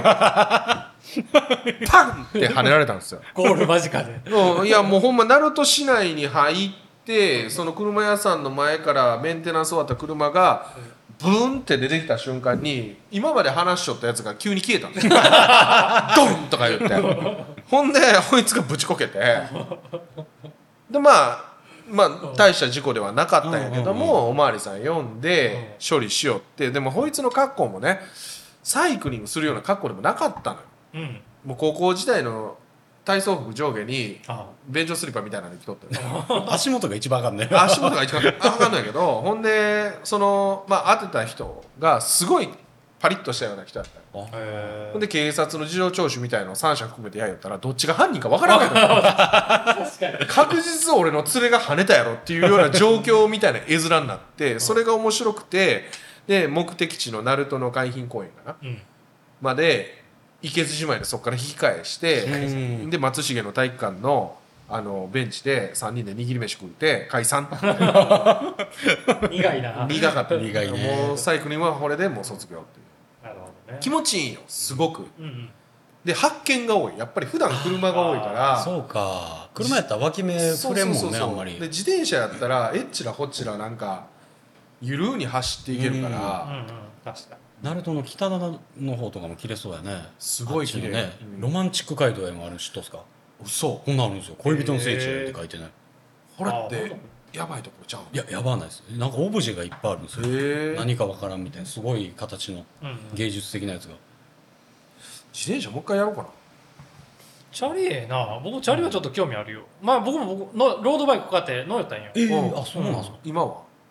パンって跳ねられたんですよゴール間近でいやもうほんま鳴門市内に入ってその車屋さんの前からメンテナンス終わった車がブーンって出てきた瞬間に今まで話しとったやつが急に消えたんだよドンとか言ってほんでこいつがぶちこけてでまあまあ大した事故ではなかったんやけどもおまわりさん呼んで処理しよってでもこいつの格好もねサイクリングするような格好でもなかったのよ、うん、もう高校時代の体操服上下に便所スリッパみたいなの着とって足元が一番あかんね足元が一番あかんないけどほんでその、まあ、当てた人がすごいパリッとしたような人だったのほんで警察の事情聴取みたいなのをさん社含めてやりよったらどっちが犯人か分からないの確実俺の連れが跳ねたやろっていうような状況みたいな絵面になってそれが面白くてで目的地の鳴門の海浜公園かな、うん、まで池津島でそこから引き返して、うん、で松重の体育館のあのベンチでさんにんで握り飯食って解散苦いな苦かった苦いねもうサイクリングはこれでもう卒業っていう、なるほどね、気持ちいいよすごく、うんうん、で発見が多いやっぱり普段車が多いからそうか車やったら脇目触れんもんねあんまりで自転車やったらえっちらほっちらなんかゆるーに走っていけるから、うんうんうん、 確かに鳴門の北灘の方とかも綺麗そうやねすごい綺麗ね、 うん、ロマンチック街道へもある人ですか嘘こんなんあるんですよ恋人の聖地って書いてないこれってやばいとこちゃういややばないですなんかオブジェがいっぱいあるんですよ何かわからんみたいなすごい形の芸術的なやつが、うんうん、 自転車もう一回やろうかなチャリええな僕チャリはちょっと興味あるよ、うん、まあ僕も僕のロードバイク買って乗ったんよえー、あそうなんですか、 うん、今は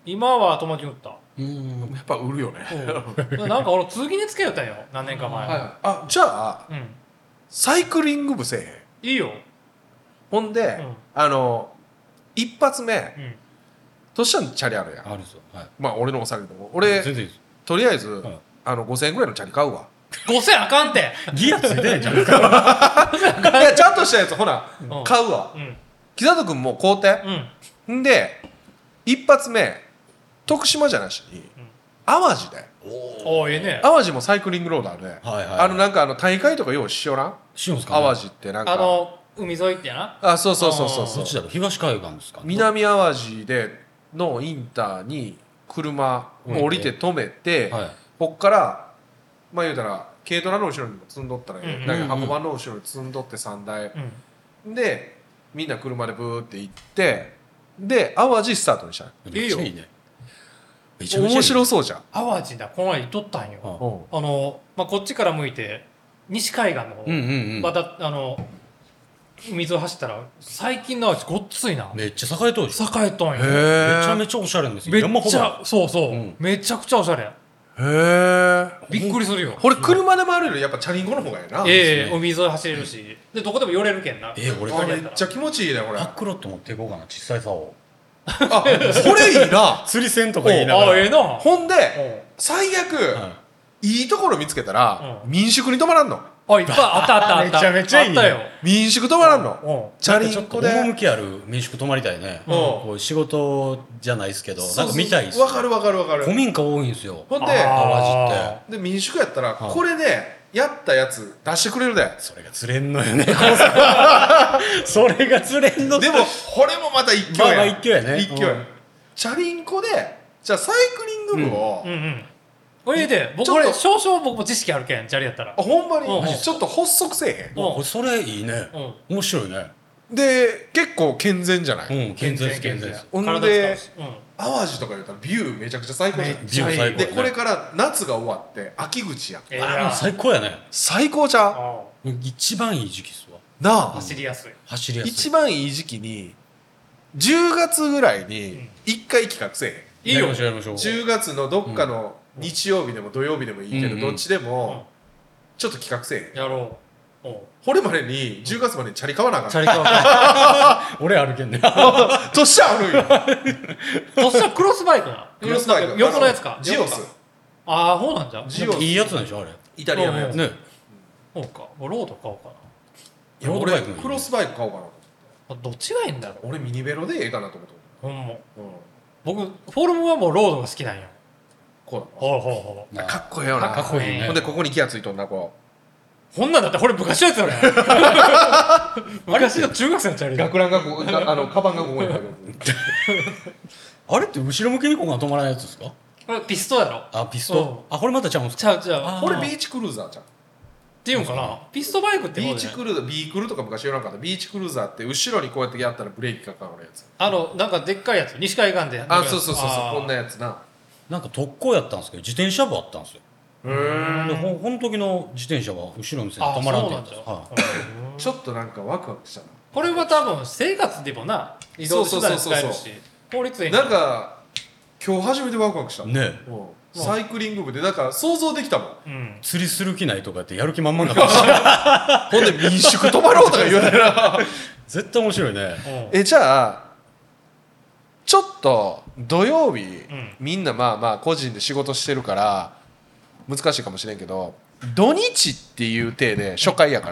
今は友達に売った。 うんやっぱ売るよね。 なんか俺通勤でつけよったんよ何年か前。 はい、あじゃあ、うん、サイクリング部せえへん。いいよ。 ほんで、うん、あの一発目、うん、としたんチャリあるやん。あるぞ、はい、まあ俺のお酒でも俺全然いいです。とりあえず、はい、あのごせんえんぐらいのチャリ買うわ。 ごせんあかんってギアついてんじゃん。いやちゃんとしたやつほな、うん、買うわ。木里君も買うて、うん、んで一発目徳島じゃなしに、うん、淡路でおおええね。 淡路もサイクリングロードあるね、はいはいはい、あのなんかあの大会とかようしようなしようんすか、ね、 淡路ってなんかあの海沿いってやな。 あそうそうそうそうそっちだろ東海岸ですか。 南淡路でのインターに車を降りて止めて、はい、こっからまあ言うたら軽トラの後ろにも積んどったら、ね、うんうん、箱番の後ろに積んどってさんだい、うん、でみんな車でブーって行ってで淡路スタートにした。 いいよ。いいね。 めちゃめちゃ面白そうじゃん。 淡路だこの前行っとったんよ。うん、あの、まあ、こっちから向いて西海岸の方、うんうんうん、またあの水を走ったら最近の淡路ごっついな。 めっちゃ栄えとるじゃん。栄えとんよ。 めちゃめちゃおしゃれんですよ。 めっちゃそうそう、うん、めちゃくちゃおしゃれ。 へえ。 びっくりするよ。 これ車で回れるよりやっぱチャリンコの方がいいな。 ええー、海沿い走れるし、でどこでも寄れるけんな。 えー、俺めっちゃ気持ちいいねこれ。 パックロット持っていこうかな小さい竿を。 あ、これいいな。 釣り線とかいいながら。 あ、ええな。 ほんで最悪、うん、いいところ見つけたら、うん、民宿に泊まらんの。 あ、いっぱいあったあったあった。 めちゃめちゃいい、ね、あったよ。 民宿泊まらんの。チャリンコで趣ある民宿泊まりたいね。うん、こう仕事じゃないですけど、なんか見たいです。 わかるわかるわかる。 古民家多いんですよ。 ほんで淡路って。 で民宿やったらこれでやったやつ出してくれるで。 それが釣れんのよね。それが釣れんの。 でもこれもまた一興や。 まあ一興やね。 一興や。チャリンコでじゃあサイクリング部を。 うんうんうんこれで僕これ少々僕も知識あるけんチャリやったら。 あほんまに、うん、ちょっと発足せえへん。 うん、それいいね、うん、面白いね。 で結構健全じゃない。 うん健全です健全です。 ほんで、うん、淡路とか言ったらビューめちゃくちゃ最高じゃん。ビュー最高、ね、でこれから夏が終わって秋口やん、 えー、あ最高やね。 最高じゃん。 一番いい時期っすわなあ。 走りやすい走りやすい。 一番いい時期にじゅうがつぐらいに一回企画せえへん。いいよ。 じゅうがつのどっかの、うん日曜日でも土曜日でもいいけど、うんうん、どっちでもちょっと企画せえへん。 やろう。 これまでにじゅうがつまでにチャリ買わなあかん。 チャリ買わなあかん。俺歩けんね。 とっしゃあるよ。 とっしゃクロスバイクな。 クロスバイク。 横のやつか。 ジオス。 ああそうなんじゃ。 ジオス。いいやつなんでしょあれ。 イタリアのやつ。ね。 そうか。ロード買おうかな。 いや俺クロスバイク買おうかな。 どっちがいいんだろう。 俺ミニベロでええかなと思って。 ほんま。僕フォルムはもうロードが好きなんよ。 こうほうほうほうかっこええよな。 かっこいいね。 ほんでここにギアついとんなこう。ほんなんだってこれ昔のやつよね。昔の中学生のチャリ。 学ランがこうあのカバンがここにある。 あれって後ろ向きにここが止まらないやつですか？ これピストやろ。 あピスト。あこれまたちゃうんすか？ ちゃうちゃう。 これビーチクルーザーじゃん。 っていうんかな。ピストバイクってビーチクルーザービークルとか昔言わなかった。ビーチクルーザーって後ろにこうやってやったらブレーキかかるやつ。 あのなんかでっかいやつ西海岸で。 あそうそうそうそうこんなやつな。 なんか特攻やったんですけど自転車部あったんですよ。へえ。ほこの時の自転車は後ろの線止まらんってやつ。 ちょっとなんかワクワクしたな。 これは多分生活でもな移動手段に使えるし効率いい。 なんか今日初めてワクワクしたね。 サイクリング部でなんか想像できたもん、 うん、釣りする気ないとかってやる気満々だったほんで民宿泊まろうとか言うたら絶対面白いね。 えじゃあちょっと土曜日、うん、みんなまあまあ個人で仕事してるから難しいかもしれんけど土日っていう体で初回やから、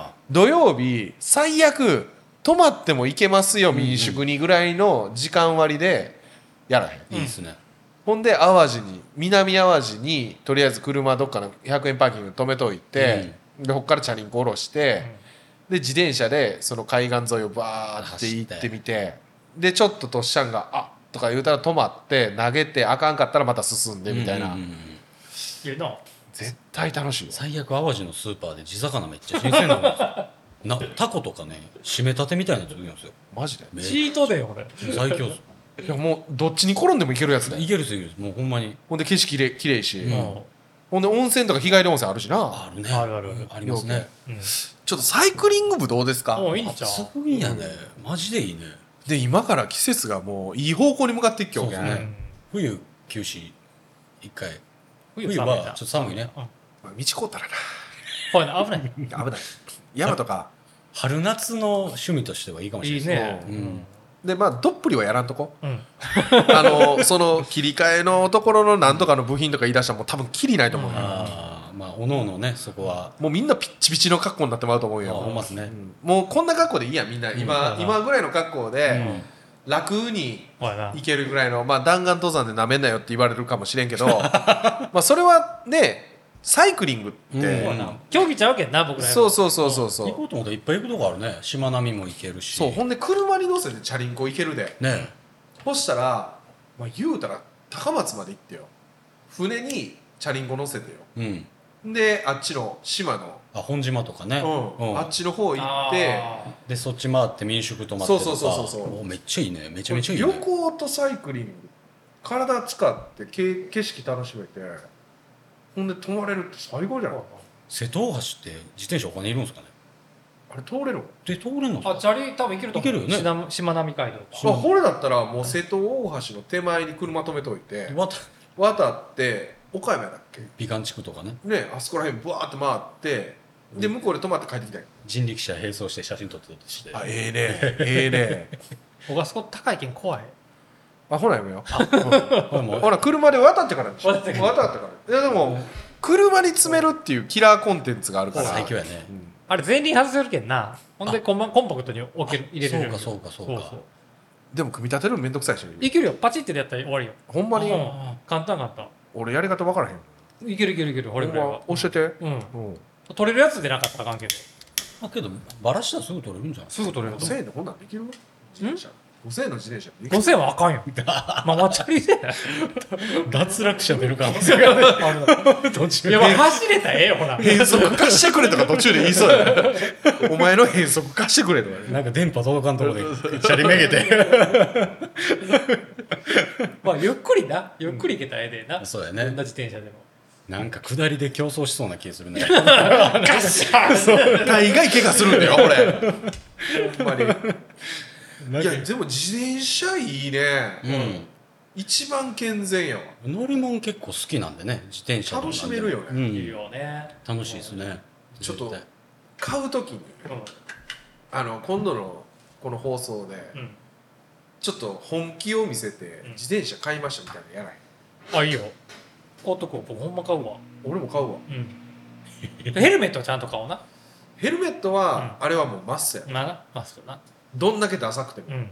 うん、土曜日最悪泊まっても行けますよ、うんうん、民宿にぐらいの時間割でやらへん。 いいですね。 ほんで淡路に南淡路にとりあえず車どっかのひゃくえんパーキングに止めといて、うん、でこっからチャリンコ下ろして、うん、で自転車でその海岸沿いをバーって行ってみてでちょっととっしゃんがあとか言うたら止まって投げてあかんかったらまた進んでみたいな、うんうんうん、絶対楽しい。 最悪淡路のスーパーで地魚めっちゃ新鮮なんですよなタコとかね締めたてみたいなやつ売るんですよ。 マジでチートでよこれ最強です。 いやもうどっちに転んでもいけるやつだよ。 いけるっすいけるっすもうほんまに。 ほんで景色きれいきれいし、うん、ほんで温泉とか日帰り温泉あるしな。 あるねあるあるあるありますね、 うん、ちょっとサイクリング部どうですか？ もういいんちゃう？ すごいやね、うん、マジでいいね。 で今から季節がもういい方向に向かっていっきょうけん、ね、 冬休止一回。 冬冬はちょっと寒いね、うん、 道凍ったらな危ない危ない山とか春夏の趣味としてはいいかもしれないですね。 いいね、うん、でまあどっぷりはやらんとこ、 うん、 あのその切り替えのところのなんとかの部品とか言い出したらもう多分切りないと思う、うん、 あまあおのおのねそこはもうみんなピッチピチの格好になってもらうと思うよ。 思いますね、 うん、もうこんな格好でいいやみんな今、うん、今ぐらいの格好で、うん楽に行けるぐらいの、まあ、弾丸登山でなめんなよって言われるかもしれんけどまあそれはねサイクリングって、うん、 競技ちゃうけんな僕らそうそうそうそうそう行こうと思ったらいっぱい行くとこあるね。しまなみも行けるしそうほんで車に乗せてチャリンコ行けるでねそしたら、まあ、言うたら高松まで行ってよ船にチャリンコ乗せてよ、うん、であっちの島のあ本島とかね、 うんうん、あっちの方行ってでそっち回って民宿泊まってとかそうそうそうそうそうめっちゃいいねめちゃめちゃいいね。 旅行とサイクリング体使って景色楽しめてほんで泊まれるって最高じゃない。 瀬戸大橋って自転車お金いるんですかね。 あれ通れるので通れんのあチャリ多分行けると思う。 行けるよねしまなみ海道あこれだったらもう瀬戸大橋の手前に車止めといて渡って岡山だっけ美観地区とかねねあそこら辺ブワーって回ってで向こうで泊まって帰ってきたい。 人力車並走して写真撮ってたとしてあええねええね僕はそこ高いけん怖い。 あほらやめよう、うん、ほら車で渡ってからでしょ渡ってからいやでも車に詰めるっていうキラーコンテンツがあるから最強やね、 うん、あれ前輪外せるけんなほんでコンコンパクトに置ける入れれる。 そうかそうかそうかそうそうでも組み立てるのめんどくさいしいけるよパチってやったら終わりよほんまに、うん、 簡単簡単俺やり方分からへんいけるいけるいけるこれぐらいは教えてうん、うん、取れるやつでなかったらあかんけどあけどバラしたらすぐ取れるんじゃん。 すぐ取れる。 ごせんえんでこんなんできるの自転車ごせんえんの自転車ごせんえんはあかんよママチャリで脱落者出る可能性がね途中でいや走れたらええよほら変速貸してくれとか途中で言いそうやねお前の変速貸してくれとか、ね、 なんか電波届かんとこでチャリめげてまあゆっくりなゆっくり行けたらええでな、 うん、そうやね。 どんな自転車でもなんか下りで競争しそうな気がするねガッシャー大概怪我するんだよこれほんまにいやでも自転車いいね、うん、一番健全やわ。 乗り物結構好きなんでね自転車楽しめるよね、 うん、いいよね楽しいですね。 ちょっと買う時に、うん、あの今度のこの放送で、うん、ちょっと本気を見せて、うん、自転車買いましたみたいなのやらない。あいいよ買うとこ僕ほんま買うわ。 俺も買うわ、 うん、ヘルメットはちゃんと買おうな。 ヘルメットは、うん、あれはもうマスやなマストなどんだけダサくても、うん、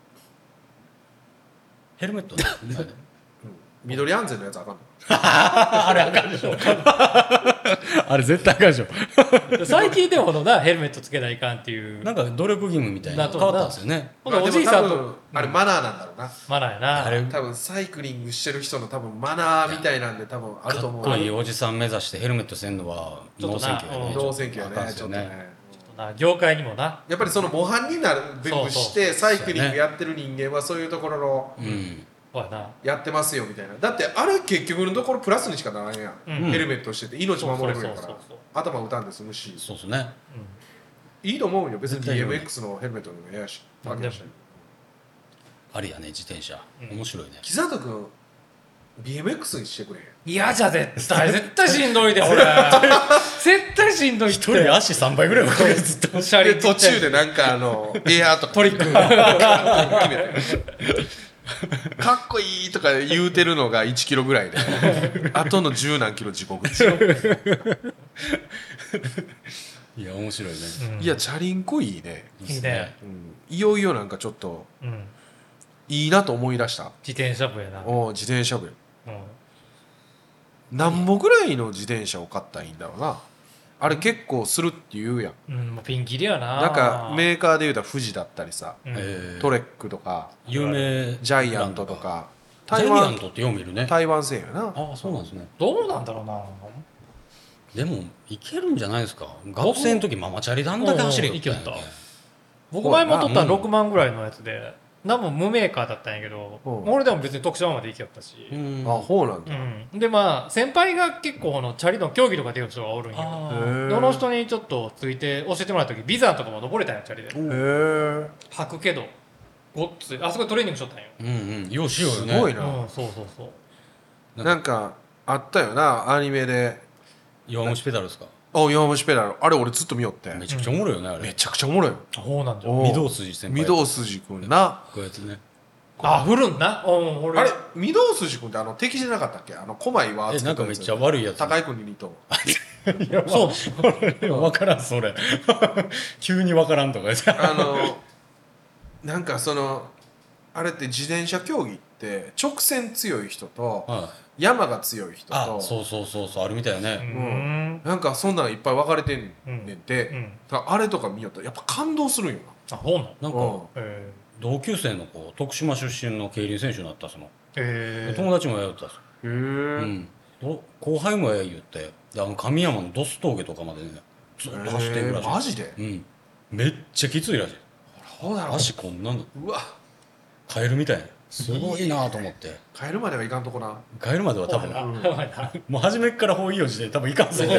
ヘルメットね、うん、 緑安全のやつあかんのあれあかんでしょあれ絶対あかんでしょ最近でもほどなヘルメットつけないかんっていうなんか努力義務みたいな変わったんですよね。 ほんでおじいさんとあれマナーなんだろうな。 マナーやな。 あれ多分サイクリングしてる人の多分マナーみたいなんで多分あると思う。 かっこいいおじさん目指してヘルメットせんのはノーセンキューやね。 ノーセンキューやねちょっとね業界にもなやっぱりその模範になるべくしてサイクリングやってる人間はそういうところの、うん、やってますよみたいな。だってあれ結局のところプラスにしかならんやん、うん、ヘルメットしてて命守れるやから頭打たんで済むしそうですね、 うん、いいと思うよ別に ビーエムエックス のヘルメットでもええやしありやね自転車、うん、面白いね。 木里君 ビーエムエックス にしてくれへん。 嫌じゃ絶対絶対しんどいで俺絶対しんどいって一人足さんばいぐらいかけずっとシャリ途中でなんかあのエアーとかトリック決めてかっこいいとか言うてるのがいちキロぐらいであとの十何キロ地獄ですよいや面白いね、 うん、いやチャリンコいいねいいね、 うん、いよいよなんかちょっと、うん、いいなと思い出した。 自転車部やな。 お自転車部、うん、何歩ぐらいの自転車を買ったらいいんだろうな。あれ結構するって言うやん、 うん、ピンキリやな。 なんかメーカーで言うたら富士だったりさ、うん、トレックとか有名ジャイアントとかジャイアントってよう見るね。 台湾製やな。 ああそうなんですね。 どうなんだろうな。 でもいけるんじゃないですか。学生の時ママチャリだんだけ走れよって言った。 僕前も取ったらろくまんぐらいのやつで何も無メーカーだったんやけど、俺でも別に徳島まで行きよったし、 うん、あそうなんだ、 うん、でまあ先輩が結構のチャリの競技とか出る人がおるんよ。どの人にちょっとついて教えてもらった時ビザンとかも登れたんやチャリで。へ履くけどごっついあそこでトレーニングしとったんよ。 うんうんようしようよね。 すごいな、 うん、そうそうそうなんかあったよなアニメで弱虫ペダルですか。 あ弱虫ペダルあれ俺ずっと見よってめちゃくちゃおもろいよねあれ。 めちゃくちゃおもろいよ。 そうなんじゃ。 御堂筋先輩御堂筋くんなこうやってね。 あ振るんな。うん俺あれ御堂筋くんってあの敵じゃなかったっけあの狛井はえなんかめっちゃ悪いやつ。 高井君に似といやそう分からんそれ急に分からんとか言ってあのなんかそのあれって自転車競技って直線強い人と山が強い人と、 あそうそうそうそうあるみたいね、 うんなんかそんなんいっぱい分かれてんねんて、うんうん、だからあれとか見よったらやっぱ感動するんよな。あそうなのなんか、うんえー、同級生の子徳島出身の競輪選手になったその、えー、友達もやったんですよ、えーうん、後輩もや言ってであの神山のドス峠とかまでねずっと走ってるらしい、えー、 マジで、 うん、めっちゃきついらしい。 そうだろう足こんなんのうわカエルみたいなすごいなと思ってカエルまではいかんとこなカエルまでは多分、うん、もう初めから方いいようで多分いかんすよ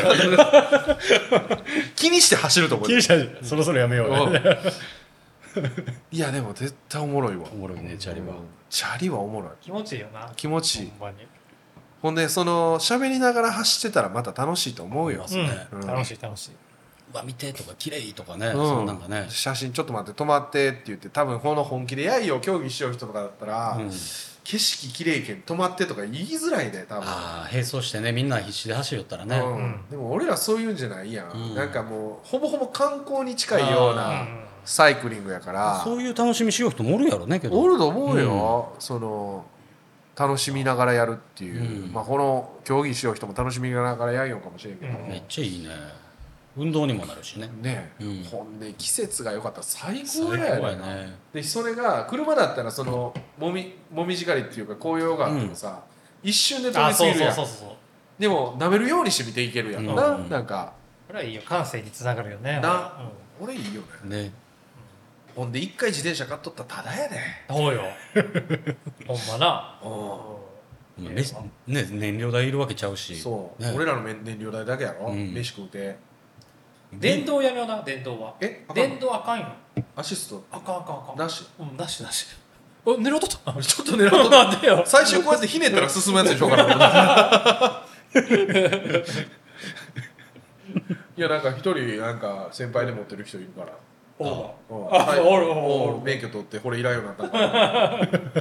気にして走るとこ気にしてそろそろやめようよいやでも絶対おもろいわおもろいねチャリは、うん、 チャリはおもろい気持ちいいよな気持ちいいほんまにほんでその喋りながら走ってたらまた楽しいと思うよ、 うんうん、楽しい楽しいわ見てとか綺麗とかね、うん、そんなんかね写真ちょっと待って止まってって言って多分この本気でやいよ競技しよう人とかだったら、うん、景色綺麗けん止まってとか言いづらいで多分ああ並走してねみんな必死で走りよったらね、うんうん、でも俺らそういうんじゃないやん、うん、なんかもうほぼほぼ観光に近いようなサイクリングやからそういう楽しみしよう人もおるやろねけどおると思うよ、うん、その楽しみながらやるっていう、うん、まあこの競技しよう人も楽しみながらやるようかもしれんけど、 うん、めっちゃいいね運動にもなるしねね、うん、ほんで季節が良かったら最高やよねでそれが車だったらそのもみもみじ狩りっていうか紅葉があってもさ、うん、一瞬で通り過ぎるやんでも舐めるようにして見ていけるやん、うん、な、なんかこれはいいよ感性につながるよねな、うん、俺いいよねねほんで一回自転車買っとったらただやでそうよほんまなうんね、ね燃料代いるわけちゃうしそう、ね、俺らの燃料代だけやろ、うん、飯食うて電動やめような電動はえ電動あかんよアシストあかんあかんあかんなしうんなしなしあ狙うとったちょっと狙うとったなんでよ最終こうやってひねったら進むやつでしょうからいやなんか一人なんか先輩で持ってる人いるからおうああおるおる免許取ってこれいらんようになったから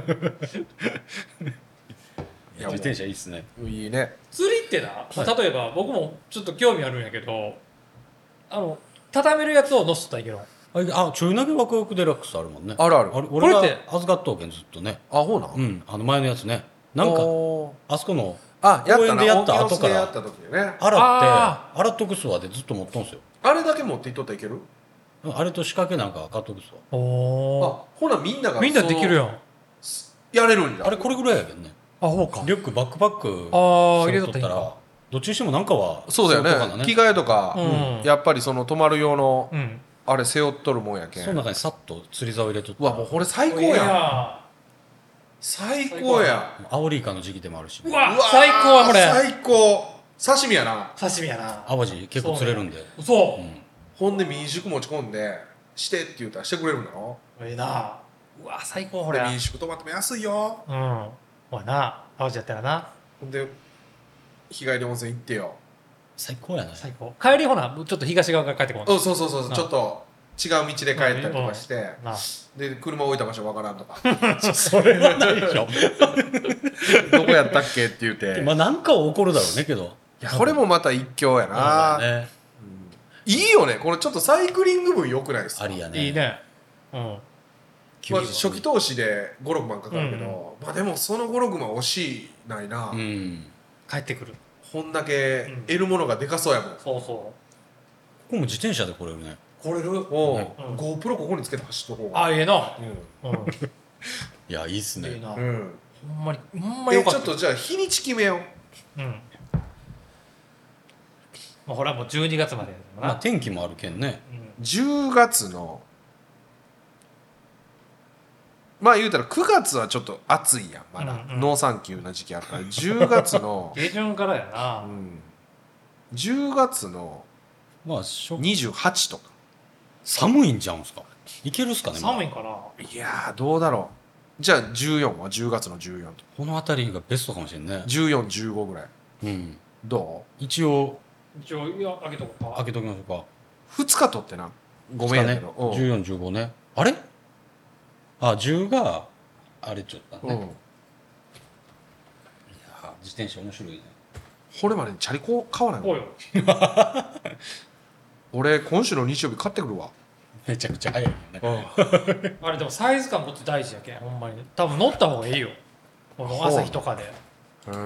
いや自転車いいっすねいいね釣りってな、はい、例えば僕もちょっと興味あるんやけどあの畳めるやつを乗せたらいけるのあちょい投げワクワクデラックスあるもんねあるあるあれ俺が預かっとうけんずっとねあほうなうんあの前のやつねなんかあそこのあ公園でやった後からやった時ね、 洗って洗っとくすわでずっと持っとんすよあれだけ持っていっとったらいけるあれと仕掛けなんか買っとくすわおあほなみんながみんなできるやんやれるんだあれこれぐらいやけんねあそうかリュックバックパックあ入れとったらどっちにしてもなんかはそうだよね、ね、着替えとか、うん、やっぱりその泊まる用の、うん、あれ背負っとるもんやけんその中にさっと釣り竿入れとったうわもうこれ最高やん最高やアオリイカの時期でもあるしうわ最高やこれ最高刺身やな刺身やな淡路結構釣れるんでそう、うん、 ほんで民宿持ち込んでしてって言うたらしてくれるんだろええなうわ最高これ民宿泊まっても安いようんほらな淡路やったらなほんで日帰り温泉行ってよ最高やな最高帰りほなちょっと東側から帰ってこないそうそうそうそうちょっと違う道で帰ったりとかして、うん、で車置いた場所わからんとかそれはないでしょどこやったっけって言うてまあなんかは起こるだろうねけどいやこれもまた一興やな、ねうん、いいよねこれちょっとサイクリング分良くないですかありやねいいねうんまあ、初期投資でご、ろくまんかかるけど、うん、まあでもそのご、ろくまん惜しいないな、うん、 帰ってくるこんだけ得るものがでかそうやもん、うん、 そうそうここも自転車で来れるね来れるおう、うん、GoPro ここにつけて走った方があええな、 うんうん、いやいいっすねいいな、うん、ほんまにほんまよかったえちょっとじゃあ日にち決めよううんもうほらもうじゅうにがつまでやな、まあ、天気もあるけんね、 うん、じゅうがつのまあ言うたらくがつはちょっと暑いやんまだ、うんうん、ノーサンキューな時期あるからじゅうがつの下旬からやな、うん、 じゅうがつのにじゅうはちとか寒いんちゃうんすかいけるっすかね。 寒いかな。 いやーどうだろう。じゃあじゅうよんはじゅうがつのじゅうよんとこの辺りがベストかもしれんね。 じゅうよん、じゅうごぐらい。 うん。 どう一応一応いや開けとこうか。 開けときましょうか。 ふつかとってなごめんやけど、 ね、じゅうよん、じゅうごね。あれあじゅうがあれちょっとね、うん、いや自転車面白いね。 これまでにチャリコ買わないの俺今週の日曜日買ってくるわ。 めちゃくちゃ早いよね、 うん、あれでもサイズ感こっち大事やけんほんまに多分乗った方がいいよこの朝日とかで。へえ、うん、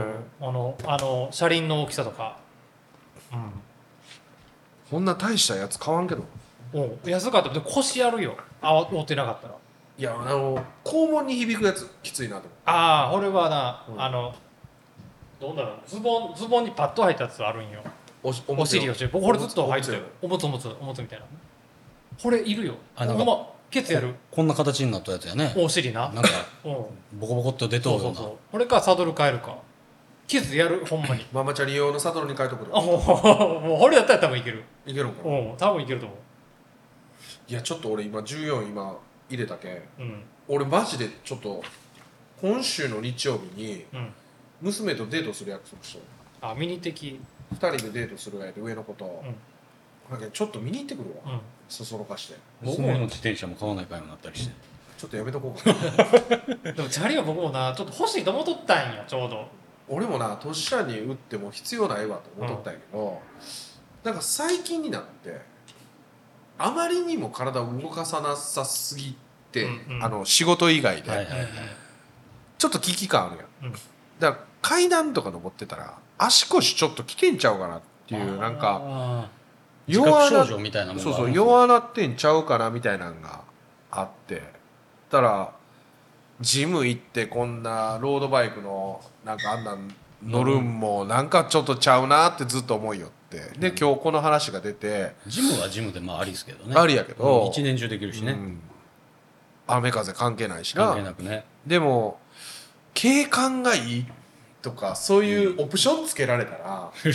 あのあの車輪の大きさとか、うん、 こんな大したやつ買わんけど。 お安かった。で腰やるよあ追ってなかったら。 いやあの肛門に響くやつきついなと思う。 ああ俺はな、うん、あのどうだろうズボンズボンにパッド入ったやつあるんよ。お, お尻をしてこれずっと入ってるおむつおむつおむつみたいな。これいるよ。あなんかほんまケツやるこ, こんな形になったやつやね。 お尻ななんかボコボコっと出とるような。そうそうそうこれかサドル変えるかケツやるほんまにママチャリ用のサドルに変えとくる。 あもうもうこれだったら多分いける。 いけるんかな。 うん多分いけると思う。 いやちょっと俺今じゅうよん今入れたけん、うん、俺マジでちょっと今週の日曜日に娘とデートする約束しとる。 あミニ的ふたりでデートするやで上の子と、うん、なんかちょっと見に行ってくるわ、うん、そそろかして。 娘の自転車も買わないかようになったりしてちょっとやめとこうかなでもチャリは僕もなちょっと欲しいと思っとったんよちょうど。 俺もな年下に売っても必要ないわと思っとったんやけど、うん、なんか最近になってあまりにも体を動かさなさすぎて、うんうん、あの仕事以外で、はいはいはい、ちょっと危機感あるやん、うん、だから階段とか登ってたら足腰ちょっと危険ちゃうかなっていうなんか弱な症状みたいなものがそうそう弱なってんちゃうかなみたいなのがあってたらジム行ってこんなロードバイクのなんかあんなん乗るんもなんかちょっとちゃうなってずっと思いよってで今日この話が出てジムはジムでまあありですけどね。 ありやけど、 うん、一年中できるしね、うん、 雨風関係ないしな。 関係なくね。 でも景観がいいとかそういうオプションつけられたら、うん、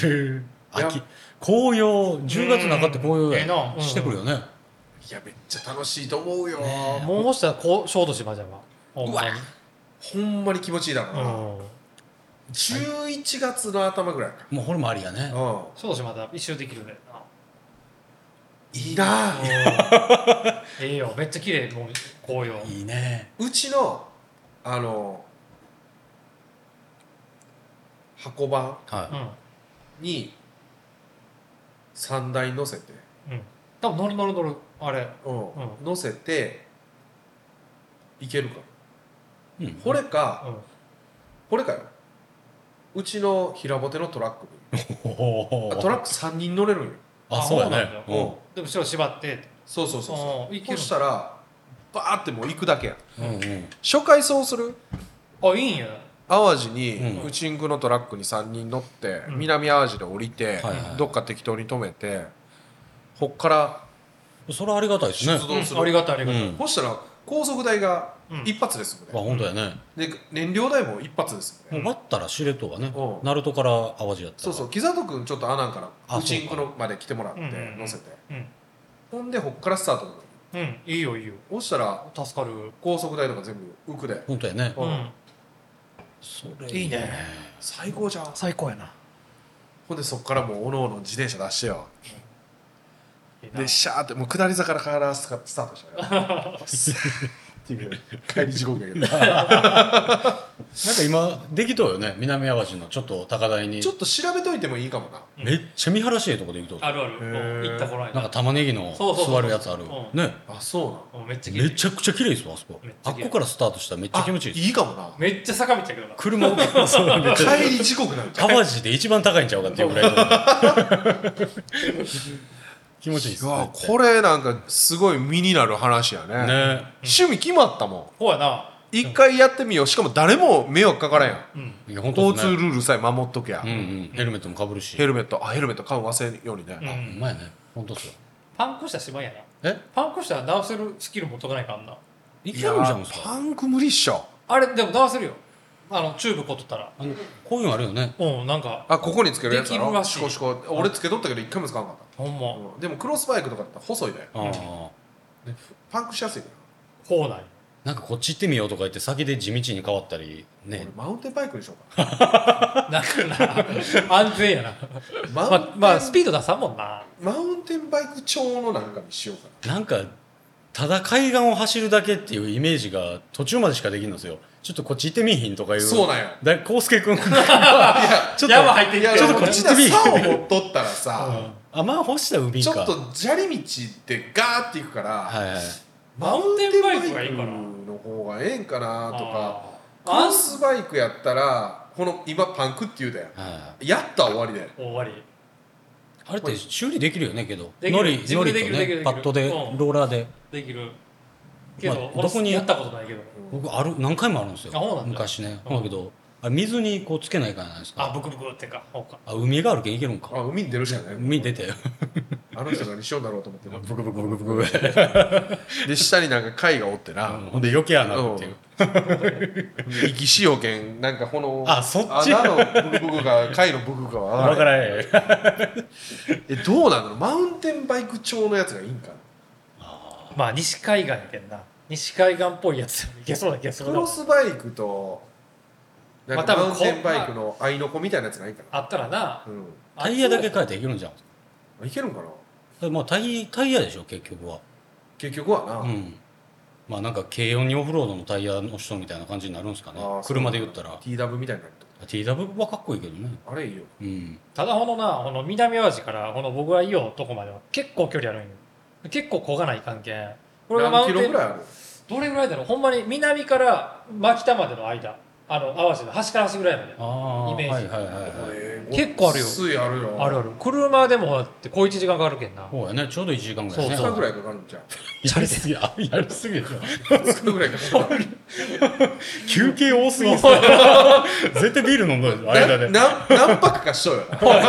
秋紅葉じゅうがつ中って紅葉してくるよね、うん、いやめっちゃ楽しいと思うよ、ね、 もうしたらこうショートしまじゃばほんまにほんまに気持ちいいだろうな、うんじゅういちがつの頭ぐらいかもうこれもありやね。 そうだしまた一周できるね。 いいなええよめっちゃ綺麗もう紅葉いいね。 うちのあの箱番にさんだい乗せて、 うん、多分乗る乗る乗るあれ、 うんうん、乗せていけるか、うん、これか、うん、これかようちの平ボテのトラックにトラックさんにん乗れるんよ。 あそうやね、 うん、で後ろ縛ってそうそうそうそうそしたらバーってもう行くだけや、うんうん、初回そうする。 あいいんや。 淡路にうちんくのトラックにさんにん乗って、うん、南淡路で降りて、はいはい、どっか適当に止めてこっからそれはありがたいですね。 出動する、うん、ありがたいありがたい、うん、 そしたら高速代が一発ですもんね、 うん、あ本当やね。 で燃料代も一発ですもんね。 もう割ったら知床がね、うん、鳴門から淡路やったらそうそう木里君ちょっと阿南からうちんくのまで来てもらって乗せて、うんうん、ほんでほっからスタート。 うんいいよいいよ。 そしたら助かる。 高速代とか全部浮くで。 本当やね、うん、 それいいね。 最高じゃん。 最高やな。 ほんでそっからもうおのおの自転車出してよ、うん、でシャーってもう下り坂からスタートしたよっていう帰り地獄やけどなんか今できとうよね南淡路のちょっと高台に。 ちょっと調べといてもいいかもな、 うん、めっちゃ見晴らしいとこで行くと。 あるある行ったこないなんか玉ねぎの座るやつあるね。 あそうなめっちゃめちゃくちゃ綺麗ですわあそこ。あっこからスタートしたらめっちゃ気持ちいいです。 いいかもな。 めっちゃ坂道やけどな車を帰り地獄なんちゃう淡路で一番高いんちゃうかっていうぐらい気持ちいいです。 これなんかすごい身になる話やね。ね趣味決まったもん。 ほうやな。 一回やってみよう。しかも誰も迷惑かからんやん、うん、いや本当ですね、交通ルールさえ守っときゃ、 うんうん、ヘルメットもかぶるし。 ヘルメットあヘルメット買う忘れんようにね、 うん、あうまいね本当っすよ。 パンクしたらしまいやな。えパンクしたら直せるスキル持っとかないかんな。 いけるんじゃんすか。 パンク無理っしょ。 あれでも直せるよ。あのチューブこっとったらあのこういうのあるよね。 うんなんかあここにつけるやつだろ。 できるらしい。 シコシコ俺つけとったけど一回も使わなかった。 ほんま。 でもクロスバイクとかだったら細いで。ああパンクしやすいな。 ほうなんや。 なんかこっち行ってみようとか言って先で地道に変わったりね。 マウンテンバイクにしようかな。だから安全やな。まあ、まあスピード出さんもんな。 マウンテンバイク調のなんかにしようかな。なんかただ海岸を走るだけっていうイメージが途中までしかできるんですよ。ちょっとこっち行ってみいひんとかいう。 そうなんよ。 だ康介君。いやちょっと山入っていやちょっとこっち行ってみいひん。竿を持っとったらさ、 うん、あまあ干した海か。 ちょっと砂利道でガーっていくから。はいはい。 マウンテンバイクがいいかなの方がええんかなとか、クロスバイクやったらこの今パンクって言うだよ、はい、やったら終わりだよ。 終わり。 あれって修理できるよねけど、 ノリノリとねパッドでローラーでできるけど、まあ、どこにやったことないけど、 僕ある何回もあるんですよ昔ね。だけどあ水にこうつけないからなんですか。 あブクブクってか。 あ海があるけんいけるんか。 あ海に出るじゃない。 海に出てあの人が一緒だろうと思ってブクブクブクブクで下になんか貝がおってな、 ほんで余計やなっていう息しようけんなんかこのあそっち穴のブクブクが貝のブクブクが分からへんえどうなの。マウンテンバイク調のやつがいいんかな。 あまあ西海岸やけんな。西海岸っぽいやついけそうな気がする。 クロスバイクとなんかマウンテンバイクの合いの子みたいなやつがいいかな。 あったらな、 うん、タイヤだけ変えていけるんじゃん。 いけるんかな。 まあタイ、タイヤでしょ結局は。 結局はな、 うん、まあなんか軽よんにオフロードのタイヤの人みたいな感じになるんですかね。車で言ったらティーダブリュー みたいになると。 ティーダブリュー はかっこいいけどね。 あれいいよ、 うん、ただほのなこの南淡路からこの僕がいようとこまでは結構距離あるんよ。結構こがない関係。 これが何キロぐらいある。 どれぐらいだろう。ほんまに南から牧田までの間、あの淡路の端から端ぐらいまでイメージ、はいはいはいはい、結構あるよ。 水あるよ。 あるある。車でもだって小いちじかんかかるけんな。 そうやね。ちょうどいちじかんぐらいね。 ふつかぐらいかかるんじゃん。 やりすぎやりすぎでしょ。 ふつかぐらいかかる。 休憩多すぎです絶対ビール飲んどる間で。 何何泊かしとうよ。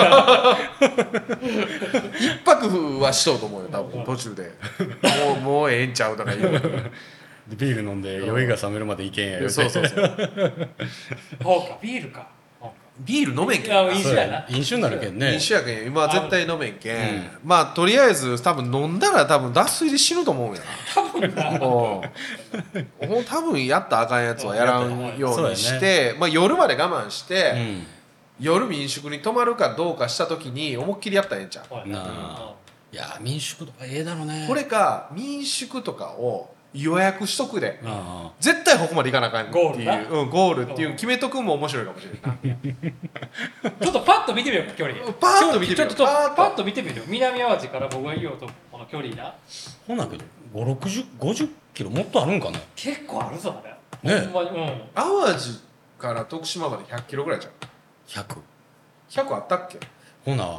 一泊はしとうと思うよ多分途中で。もうもうええんちゃうとか言う。 ビール飲んで酔いが冷めるまでいけんやよ。 そうそうそう。そうかビールか。 ビール飲めんけん。 飲酒やな。 飲酒になるけんね。 飲酒やけん今は絶対飲めんけん、うん、まあとりあえず多分飲んだら多分脱水で死ぬと思うんやな。 多分な。 多分やったらあかんやつはやらんようにして、ね、まあ夜まで我慢して、うん、夜民宿に泊まるかどうかした時に思いっきりやったらええんちゃう。 なあ。いや民宿とかええだろうね。 これか民宿とかを予約しとくで、絶対ここまで行かなあかんっていうゴール、うん、ゴールっていう決めとくんも面白いかもしれないちょっとパッと見てみよう距離。 パッと見てみよう。 ちょっとパッと見てみよう。南淡路から僕が言おうとこの距離な。 ほんなんけどご、ろくじゅう、ごじゅっキロもっとあるんかな。 結構あるぞあれ。ね。 ほんまに、うん。 淡路から徳島までひゃっキロぐらいじゃん。 ひゃく。 ひゃくあったっけ。 ほな。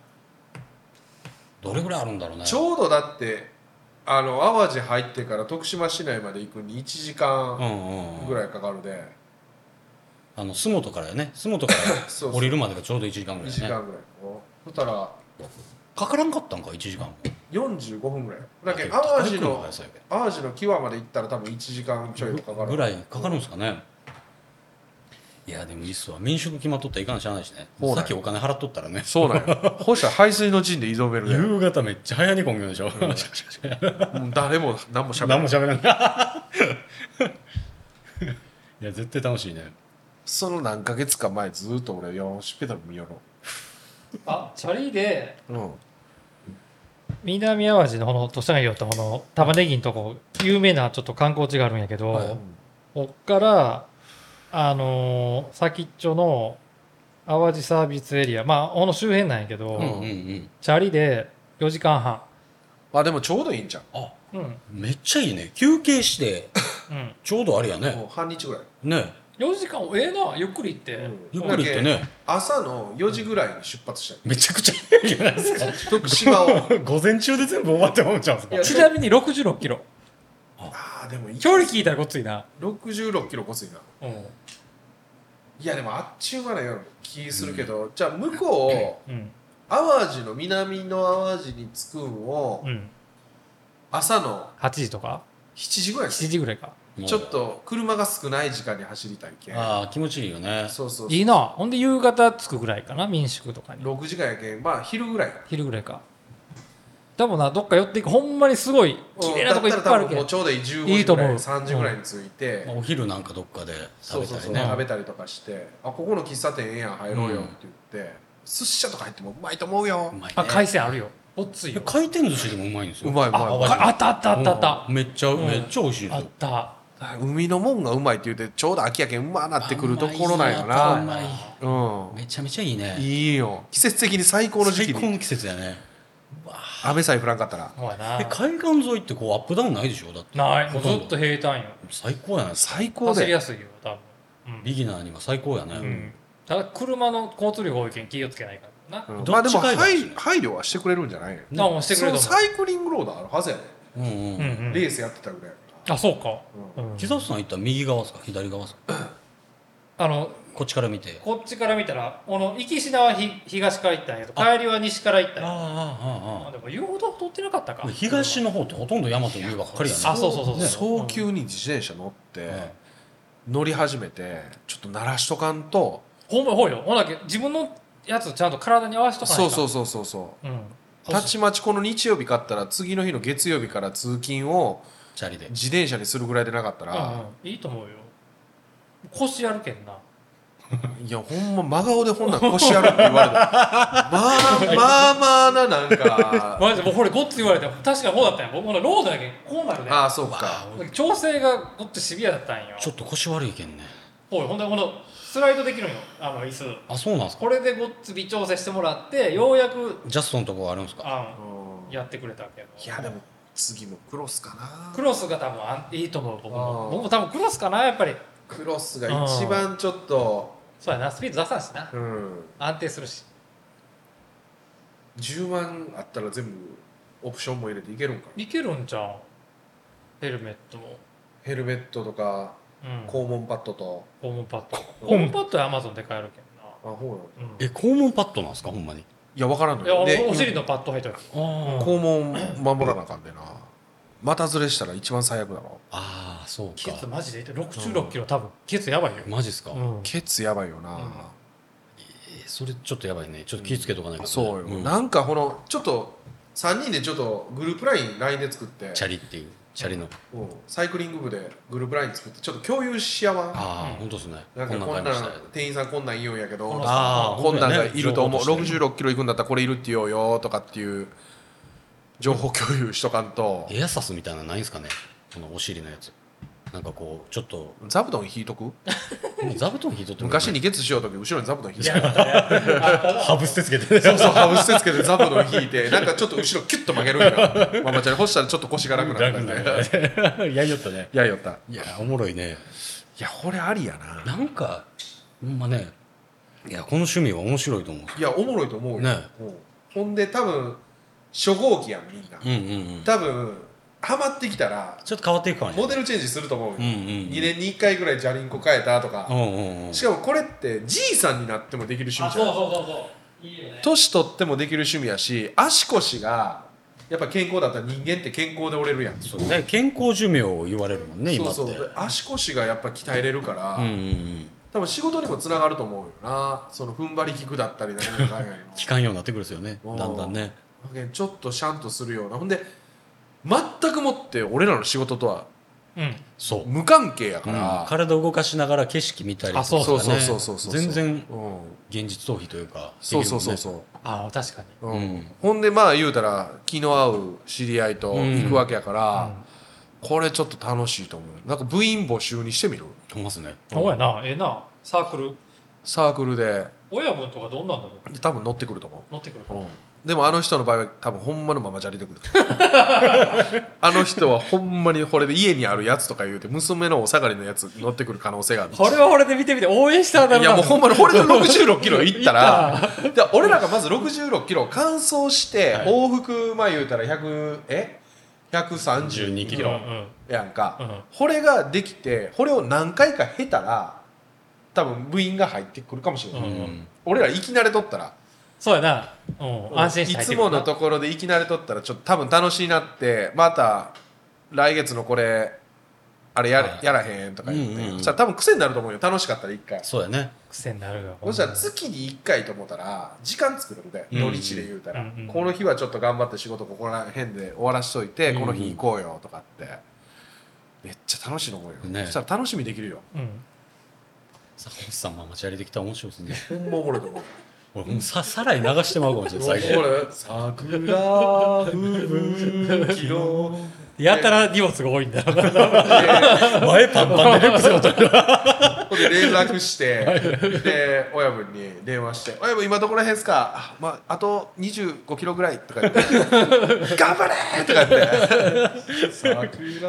どれぐらいあるんだろうね。 ちょうどだって。あの淡路入ってから徳島市内まで行くにいちじかんぐらいかかるで、うんうんうん、 あの洲本からやね。洲本から降りるまでがちょうどいちじかんぐらいね。いちじかんぐらい。 そしたらかからんかったんかいちじかん。 よんじゅうごふんぐらいだけど淡路の淡路の際まで行ったら多分いちじかんちょいとかかるぐらいかかるんですかね。いやでもいいっすわ。民宿決まっとったらいかんしゃあないしね。さっきお金払っとったらね。 そうなんよ。ほしたら排水の陣で挑めるね。 夕方めっちゃ早にこんぎょうでしょ、 うん、誰も何もしゃべらない。何もしゃべらないいや絶対楽しいね。 その何ヶ月か前ずっと俺よんしペダル見よろ。 あチャリで、うん、南淡路のこの土佐が言うとこの玉ねぎのとこ有名なちょっと観光地があるんやけど、はい、こっからあのー、先っちょの淡路サービスエリア、まあこの周辺なんやけど、うんうんうん、チャリでよじかんはん。 あでもちょうどいいんじゃん。 あ、うん、めっちゃいいね。休憩して、うん、ちょうどあれやね。 もう半日ぐらいね。 よじかんええなゆっくり行って、うん、 ゆっくり行ってね。 朝のよじぐらいに出発したい。 めちゃくちゃいいじゃないですか。 徳島を午前中で全部終わってもんちゃうんですか。 ちなみにろくじゅうろっキロ。 ああでもいい。 距離聞いたらごついな。 ろくじゅうろっキロごついな。うん。いやでもあっちゅう間なような気するけど、うん、じゃあ向こう、うん、淡路の南の淡路に着くんを、うん、朝のはちじとかしちじぐらいしちじぐらいか。 ちょっと車が少ない時間に走りたいけん。 ああ気持ちいいよね。 そうそうそういいな。ほんで夕方着くぐらいかな民宿とかに。 ろくじかんやけんまあ昼ぐらい。 昼ぐらいか。だ多分などっか寄っていくほんまにすごい綺麗なとこいっぱいあるけどちょうどいいじゅうごじぐらいさんじぐらいに着いて、 うん、お昼なんかどっかで食べたりね、そうそうそう食べたりとかしてあここの喫茶店ええやん入ろうよって言って、うん、寿司屋とか入ってもうまいと思うよ。うまい、ね、 あ海鮮あるよおっついよ。 回転寿司でもうまいんですよ。 うまいうまい。 あったあったあったあった、 うん、めっちゃ、うん、めっちゃ美味しいですよ。 あった海のもんがうまいって言ってちょうど秋やけんうまなってくるところなんよな。 うまい、うん、めちゃめちゃいいね。 いいよ季節的に最高の時期に最高の季節やね。 雨さえ降らんかったら。 え海岸沿いってこうアップダウンないでしょ。だってないもうずっと平坦よ。 最高やね。 最高で走りやすいよ多分、 うん、ビギナーには最高やね、うん、 ただ車の交通量が多いけん気をつけないからな、 うん、まあでも配慮はしてくれるんじゃないの、 ね、もうしてくれる。 サイクリングロードあるはずやね、 うんうんうん、 レースやってたぐらい。 あそうか、 うん、木里さん行ったら右側ですか左側ですかあのこっちから見てこっちから見たらこの行きしなはひ東から行ったんやけど帰りは西から行ったんや。ああああでも言うほど通ってなかったか。 東の方ってほとんど山と海ばっかりやね。 あそうそうそうそう、ね、 早急に自転車乗って、うん、乗り始めてちょっと鳴らしとかんとほんまほうよほんだけ自分のやつちゃんと体に合わせとかないか。 そうそうそうそう、うん、たちまちこの日曜日買ったら次の日の月曜日から通勤をチャリで自転車にするぐらいでなかったら、 うんうん、いいと思うよ。腰やるけんな。 いやほんま真顔でほんなら腰やるって言われたまあまあまあななんかマジでもうこれごっつ言われて確かにこうだったんや。僕もロードだけこうなるね。 ああそうか調整がごっつシビアだったんよ。 ちょっと腰悪いけんね。 ほいほんでこのスライドできるんよあの椅子。 あそうなんですか。 これでごっつ微調整してもらってようやくジャストのとこあるんですか。 あやってくれたけど。 いやでも次もクロスかな。 クロスが多分あいいと思う。僕も僕も多分クロスかなやっぱり。 クロスが一番ちょっとそうやなスピード出さんしな、 うん、 安定するしじゅうまんあったら全部オプションも入れていけるんかな。 いけるんじゃん。ヘルメットもヘルメットとか、うん、肛門パッドと肛門パッド肛門パッドはアマゾンで買えるけどな。 あほうなん、うん、 え肛門パッドなんですかほんまに。いや分からんのよ。いやお尻のパッド入ってる。 肛門守らなあかんでな。またずれしたら一番最悪だろ。 ああそうか。 ケツマジでろくじゅうろっキロ、うん、多分ケツやばいよ。 マジっすか、うん、 ケツやばいよな、うん、えー、 それちょっとやばいね。ちょっと気ぃつけとかないと、ね、 そうよ、うん、なんかこのちょっとさんにんでちょっとグループライン ライン で作ってチャリっていうチャリの、 うん、サイクリング部でグループライン作ってちょっと共有しやわん。 ああ本当ですね。 なんかこんなん店員さんこんなん言うんやけどあこんなんがいると思う、ね、ろくじゅうろっキロ行くんだったらこれいるって言おうよとかっていう情報共有しとかんと。 エアサスみたいなのないんですかねこのお尻のやつ。なんかこうちょっと座布団引いとく座布団引いとって昔にゲツしようとき後ろに座布団引いてハブ捨てつけてそうそうハブ捨てつけて座布団引いてなんかちょっと後ろキュッと曲げるんやママちゃん干したらちょっと腰が楽になったんでやいよったねやいよった。 いやおもろいね。 いやこれありやな。 なんかほんまねいやこの趣味は面白いと思う。 いやおもろいと思うよ、 ね、 ほんで多分初号機やんみんな、 うんうんうん、 多分ハマってきたらちょっと変わっていくかもね。 モデルチェンジすると思うよ、うんうんうん、にねんにいっかいぐらいジャリンコ変えたとか、 うんうんうん、 しかもこれってじいさんになってもできる趣味じゃん。 あそうそうそうそういいよね。 年取ってもできる趣味やし足腰がやっぱ健康だったら人間って健康で折れるやん。 そうね健康寿命を言われるもんね今って。 そうそう足腰がやっぱ鍛えれるから、 うんうんうん、 多分仕事にもつながると思うよな。その踏ん張り効くだったり何か海外の効かんようになってくるんですよねだんだんね。 ちょっとシャンとするようなほんで全くもって俺らの仕事とはそう無関係やから、 うん、体を動かしながら景色見たりとか、ね、 そうそうそうそうそう全然現実逃避というか、ね、 そうそうそうそうあ確かに、 うんうん、ほんでまあ言うたら気の合う知り合いと行くわけやから、うんうん、これちょっと楽しいと思う。なんか部員募集にしてみる。 思いますね。 そうやなええなサークルサークルで親分とかどんなんだろう。 多分乗ってくると思う。 乗ってくる、 うんでもあの人の場合は多分ほんまのママチャリでくるあの人はほんまにこれで家にあるやつとか言うて娘のお下がりのやつ乗ってくる可能性がある。 これは俺で見てみて応援したんだろう。 いやもうほんまにこれでろくじゅうろっキロ行ったらで俺らがまずろくじゅうろっキロ完走して、はい、往復まあ言うたらひゃくえひゃくさんじゅうにキロやんか、うんうん、これができてこれを何回か経たら多分部員が入ってくるかもしれない、うんうん、俺らいきなり取ったらそうやな、うん、安心して入ってくる。いつものところでいきなり取ったらちょっと多分楽しいなってまた来月のこれあれ や,、はい、やらへんとか言って、うんうんうん、そしたら多分癖になると思うよ。楽しかったらいっかい。 そうやね、 癖になるよ。 そしたら月にいっかいと思ったら時間作るんで、土日で言うたら、うんうん、この日はちょっと頑張って仕事ここら辺で終わらしといて、うんうん、この日行こうよとかってめっちゃ楽しいと思うよ、ね、そしたら楽しみできるよ。うん、 坂本さんママチャリできたら面白いですね。 ほんまおもろいと思う。 俺もうささらに流してまうかもしれない最近。 桜吹雪のやたら荷物が多いんだよな。 前パンパンでリュック背負ってる。 ほんで連絡して、で親分に電話して「親分今どこら辺ですか？あ、まあ、あとにじゅうごキロぐらい」とか言って「頑張れ!」とか言って「桜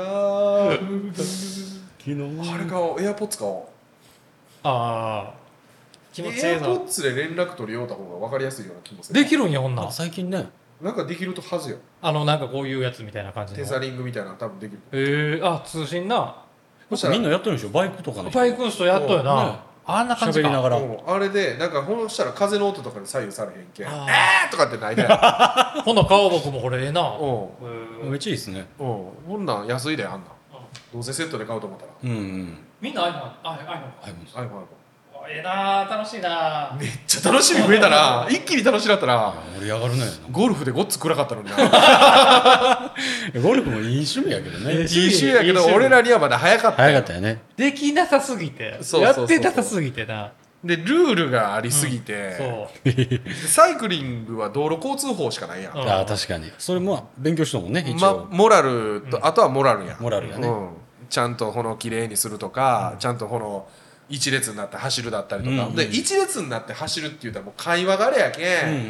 吹雪あれ買おう、エアポッツ買おう」 ああ気持ちいいな。 エアポッツで連絡取りようた方が分かりやすいような気もする。 できるんやほんな。 最近ねなんかできるとはずよ。 あのなんかこういうやつみたいな感じのテザリングみたいなの多分できる。 へえー、あ通信な。 そしたらみんなやってるんでしょ、バイクとかのバイクの人やっとよな、ね、あんな感じか。 喋りながらあれでなんかほんしたら風の音とかに左右されへんけん「えー!」とかってないでほんな顔僕もこれええな。 うんめっちゃいいっすね。 うんほんなん安いであんな、うん、どうせセットで買うと思ったらうんうんみんな iPhone あ iPhone iPhone ええな楽しいな。 めっちゃ楽しみ増えたな一気に楽しなったら盛り上がるね。 ゴルフでごっつ暗かったのになゴルフもいい趣味やけどね。いい趣味やけど俺らにはまだ早かった早かったよね。 できなさすぎてやってなさすぎてな。 でルールがありすぎて、うん、そうサイクリングは道路交通法しかないやん、うん、 あ確かにそれも勉強したもんね一応、ま、モラルと、うん、あとはモラルやん。 モラルやね、 うん、ちゃんとこのきれいにするとか、うん、ちゃんとこの一列になって走るだったりとか、うんうん、で一列になって走るって言ったらもう会話があれやけん、うんうんうん、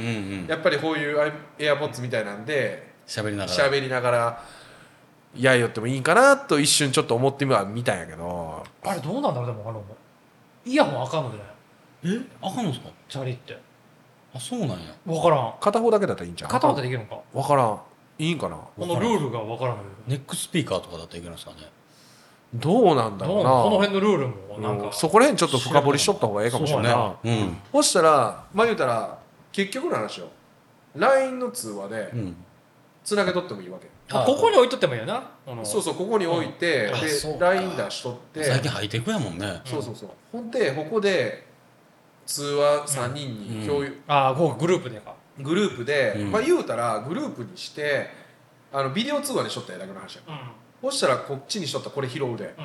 やっぱりこういうエアポッツみたいなんで喋りながら喋りながらやいよってもいいんかなと一瞬ちょっと思ってみは見たんやけど、 あれどうなんだろう。でもあのイヤホンあかんのじゃない？ えあかんのですかチャリって。 あそうなんや。 分からん。 片方だけだったらいいんちゃう？ 片方でできるのか分からん。いいんかな。 このルールが分からん。 ネックスピーカーとかだったらいけるんですかね。 どうなんだろうな。 この辺のルールもなんか、 うん、そこら辺ちょっと深掘りしとった方がいいかもしれない。そ, ね、うん、そしたらまあ言うたら結局の話よ ライン の通話でつなげとってもいいわけ、 うん、あここに置いとってもいいよな。 そうそうここに置いて、うん、で ライン 出しとって最近ハイテクやもんね。 そうそうそう、うん、ほんでここで通話さんにんに共有、うんうん、ああグループでかグループで、うん、まあ言うたらグループにしてあのビデオ通話にしとったらだけの話や、うん、そしたらこっちにしとったらこれ拾うで、うん、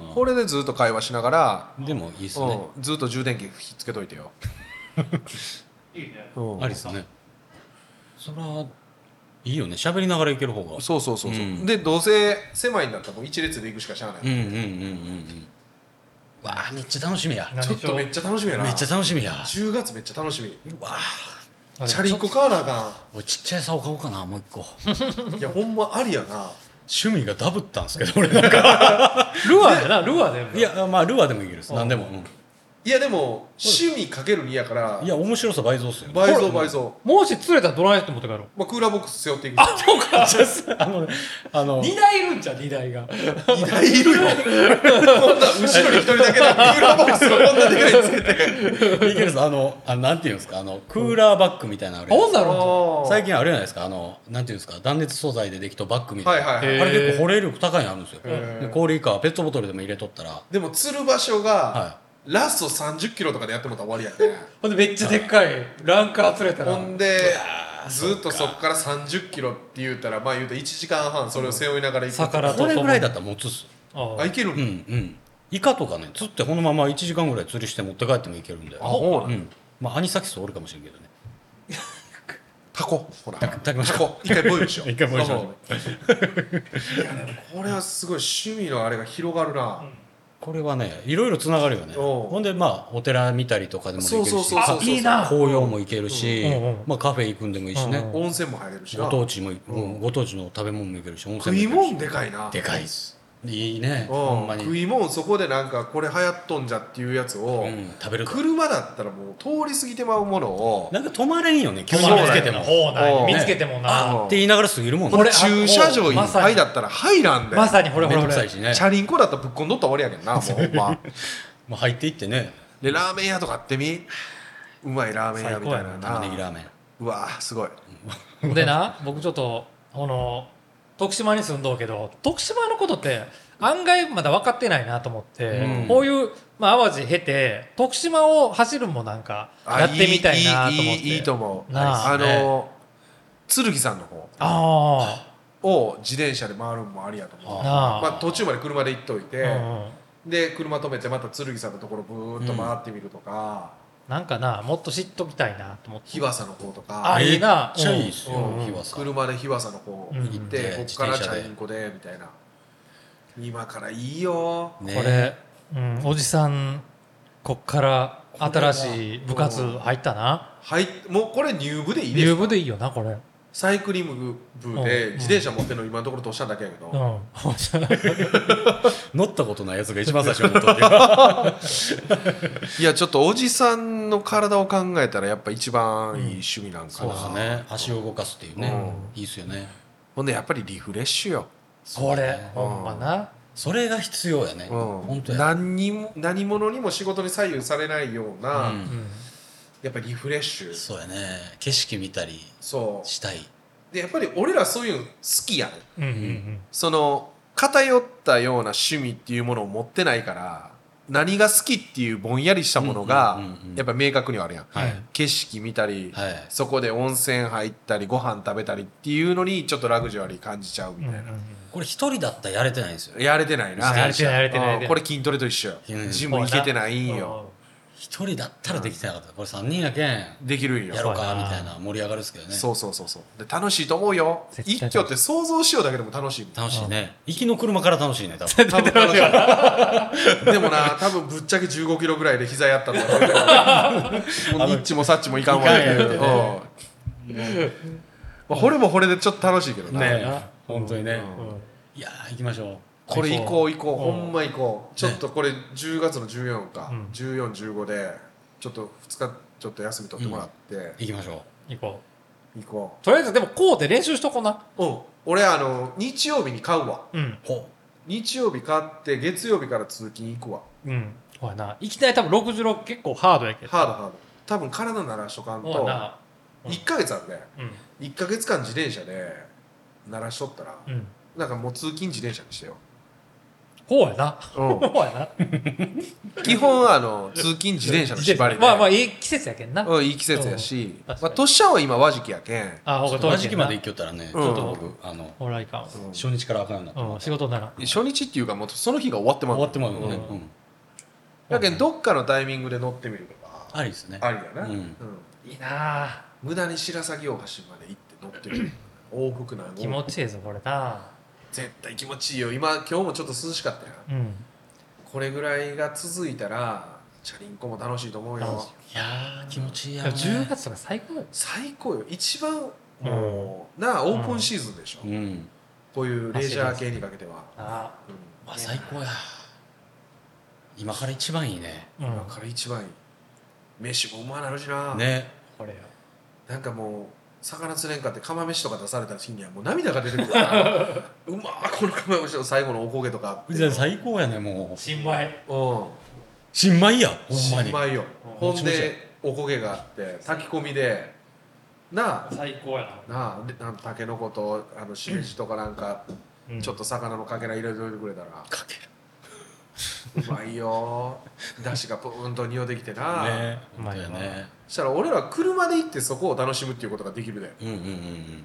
これでずっと会話しながらでもいいっすね、 うん、ずっと充電器ひっつけといてよいいね、 うん、ありっすね。それはいいよね喋りながら行ける方が。 そうそうそうそう、うん、でどうせ狭いんだったらもう一列で行くしかしゃあない。 うんうんうんうんうんわあめっちゃ楽しみや。 ちょっとめっちゃ楽しみやな。 めっちゃ楽しみや。 じゅうがつめっちゃ楽しみ。 うわあチャリンコ買わなあかん。 俺ちっちゃい竿買おうかなもう一個いやほんまありやな。 趣味がダブったんですけど俺なんかルアーでなルアーでもいやまあルアーでもいいです何でも、うん、 いやでも趣味かけるにやからいや面白さ倍増っすよ、ね、 倍増倍増。 もし釣れたらどないって持って帰ろう。 まあクーラーボックス背負っていく。 あそうかあのあのにだいいるんじゃんにだいがにだいいるよこんな後ろにひとりだけでクーラーボックスをこんなでかいつけていけるすあのあなんていうんですかあのクーラーバッグみたいなのあるほんなろ最近あるじゃないですかあのなんていうんですか断熱素材でできたバッグみたいな、はいはいはい、あれ結構保冷力高いのあるんですよ。で氷かペットボトルでも入れとったらでも釣る場所が、はいラストさんじゅっキロとかでやってもらったら終わりやねほんでめっちゃでっかいランカー釣れたらほんでずっとそっからさんじゅっキロって言うたらまあ言うといちじかんはんそれを背負いながら行く、 うん、これぐらいだったら持つっす。 ああいけるん、 うんうんイカとかね釣ってこのままいちじかんぐらい釣りして持って帰ってもいけるんで。 あほうなん、うん、 まあアニサキスおるかもしれんけどねタコほらタコ一回ボイルしよう一回ボイルしよういやでもこれはすごい趣味のあれが広がるな、うんこれはねいろいろつながるよね。ほんでまあお寺見たりとかでもできるしいいな紅葉も行けるし、うんうんまあ、カフェ行くんでもいいしね、 うんうん、温泉も入れるしご当地も、うん、ご当地の食べ物も行けるし温泉も行けるし食い物でかいなでかいっすいいねほんまに食い物そこでなんかこれ流行っとんじゃっていうやつを、うん、食べる車だったらもう通り過ぎてまうものをなんか止まれんよね急に見つけても見つけてもなって言いながら過ぎるもんね。 これ駐車場いっぱいだったら入らんでまさにほれほれほれ、 ね、 チャリンコだったらぶっこんどったら終わりやけんなもうほんまもう入っていってねでラーメン屋とかあってみうまいラーメン屋みたいな玉ねぎラーメンうわすごいでな僕ちょっとこの徳島に住んどうけど徳島のことって案外まだ分かってないなと思って、うん、こういう、まあ、淡路経て徳島を走るもなんかやってみたいなと思って。 いい、いい、いいと思う。あの剣さんの方あを自転車で回るのもありやと思う。あ、まあ、途中まで車で行っといて、うんうん、で車止めてまた剣さんのところブーッと回ってみるとか、 うん、なんかなもっと知っときたいなと思って。 日和佐の方とかあいいな、 めっちゃいいっすよ、 うん、日和佐車で日和佐の方行って、うん、こっからチャリンコでみたいな。今からいいよ、 ね、これ、うん、おじさんこっから新しい部活入ったな。 はいもうこれ入部でいいですか。 入部でいいよなこれ。 サイクリング部で自転車持ってるの今のところとおっしゃるだけやけど、うん、 乗ったことないやつが一番最初に乗っとっていやちょっとおじさんの体を考えたらやっぱ一番いい趣味なんかな、うん、 そうですね。足を動かすっていうね、うん、いいっすよね。 ほんでやっぱりリフレッシュよそれ、ね、ほんまな。 それが必要やね、うん、本当や。 何にも何者にも仕事に左右されないような、うん、やっぱりリフレッシュ。 そうやね。景色見たりしたい。 でやっぱり俺らそういうの好きやね、うんうんうん、その偏ったような趣味っていうものを持ってないから何が好きっていうぼんやりしたものがやっぱり明確にはあるやん、はい、景色見たり、はい、そこで温泉入ったりご飯食べたりっていうのにちょっとラグジュアリー感じちゃうみたいな、うんうんうん、 これ一人だったらやれてないんですよ。 やれてないな。 やれてないやれてない。 これ筋トレと一緒よ、うん、ジム行けてないんよ。 一人だったらできてなかった。これ三人やけんできるんよ。 やろうかみたいな盛り上がるんですけどね。 そうそうそうそう。で楽しいと思うよ。一挙って想像しようだけでも楽しい。 楽しいね。行きの車から楽しいね多分。多分楽しい。でもな多分ぶっちゃけじゅうごキロぐらいで膝やったと思うけど。もうニッチもサッチもいかんわけで。これもこれでちょっと楽しいけどな。 ね。本当にね。いや行きましょう。 これ行こう行こう、ほんま行こう。ちょっとこれじゅうがつのじゅうよっか、うん、じゅうよん、じゅうごでちょっとふつかちょっと休み取ってもらって、うん、 行きましょう。行こう行こう。とりあえずでもこうで練習しとこうな。 うん俺あの日曜日に買うわ、うん、日曜日買って月曜日から通勤行くわ。 うんほらないきなり多分ろくじゅうろく結構ハードやけどハードハード多分体慣らしとかんと、うん、いっかげつあるね、うん、いっかげつかん自転車で慣らしとったら、うん、なんかもう通勤自転車にしてよ。 ほうやな、うん、ほうやな基本あの通勤自転車の縛りでまあまあいい季節やけんな、 うん、いい季節やし、うん、まあ、年は今和時期やけんあ和時期まで行きよったらね、うん、ちょっと僕あのほらいかん、 うん、初日からあかんようになった、 うん、仕事なら初日っていうかもうその日が終わってまう終わってまうよね、うんうん、 やけんどっかのタイミングで乗ってみるとかありですね。 ありやな、うんうん、 いいな無駄に白鷺大橋まで行って乗ってみる往復なん気持ちいいぞこれな。 絶対気持ちいいよ。今今日もちょっと涼しかったよ、うん、これぐらいが続いたらチャリンコも楽しいと思うよ。 いや気持ちいいやね。 じゅうがつとか最高よ。 最高よ。一番もう、うん、なあオープンシーズンでしょ、うん、こういうレジャー系にかけてはあ、うん、あ最高や。今から一番いいね、 うん、今から一番いい。飯もうまなるしなね。 これよなんかもう魚釣れんかって釜飯とか出された日にはもう涙が出てくるからうまーこの釜飯の最後のおこげとかじゃあ最高やね。もう新米うん新米やほんまに新米よ、うん、ほんでおこげがあって炊き込みでなあ最高やななあたけのことあのしめじとかなんか、うん、ちょっと魚のかけら入れといてくれたらかけらうまいよだしがプーンと匂ってきてなねうまいよね。 そしたら俺ら車で行ってそこを楽しむっていうことができるで、うんうんうんうん、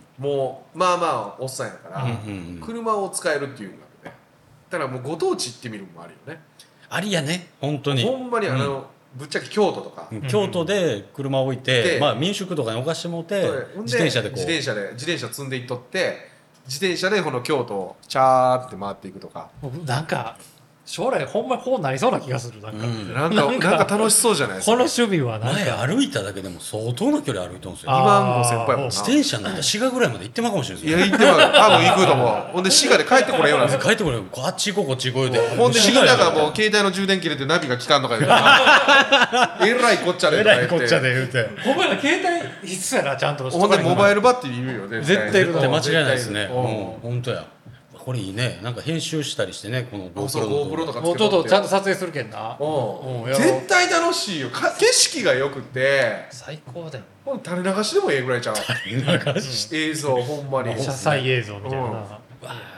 もうまあまあおっさんやから、うんうんうん、車を使えるっていうのがあるね。だからもうご当地行ってみるのもあるよね。 ありやね本当に。 ほんまにあの、うん、ぶっちゃけ京都とか、 うん、京都で車を置いて、まあ、民宿とかに置かしてもらって自転車でこう自転車で自転車積んでいっとって自転車でこの京都をチャーって回っていくとか。 なんか将来ほんまにこうなりそうな気がする。なんか、うん、 なんかなんか楽しそうじゃないですか。 この趣味はなんか前歩いただけでも相当な距離歩いたんですよ。 にまんごせん歩やもんな。 自転車なんて滋賀ぐらいまで行ってまうかもしれないですよ。いや行ってまう多分行くと思う。ほんで滋賀で帰ってこれようなんですよ。 帰ってこれよあっち行こうこっち行こうでほんでみんながもう携帯の充電切れてナビが効かんのか言うからえらいこっちゃでえらいこっちゃで言うてほんまや携帯必須やなちゃんと。 ほんでモバイルバッテリーいるよね。 絶対いるって間違いないですね。ほんとやこれいいね。なんか編集したりしてねこの GoPro とかつけとってちゃんと撮影するけんな。 絶対楽しいよ。景色がよくて最高だよ。 垂れ流しでもええぐらいちゃう。 垂れ流し映像ほんまに車載映像みたいな。 わ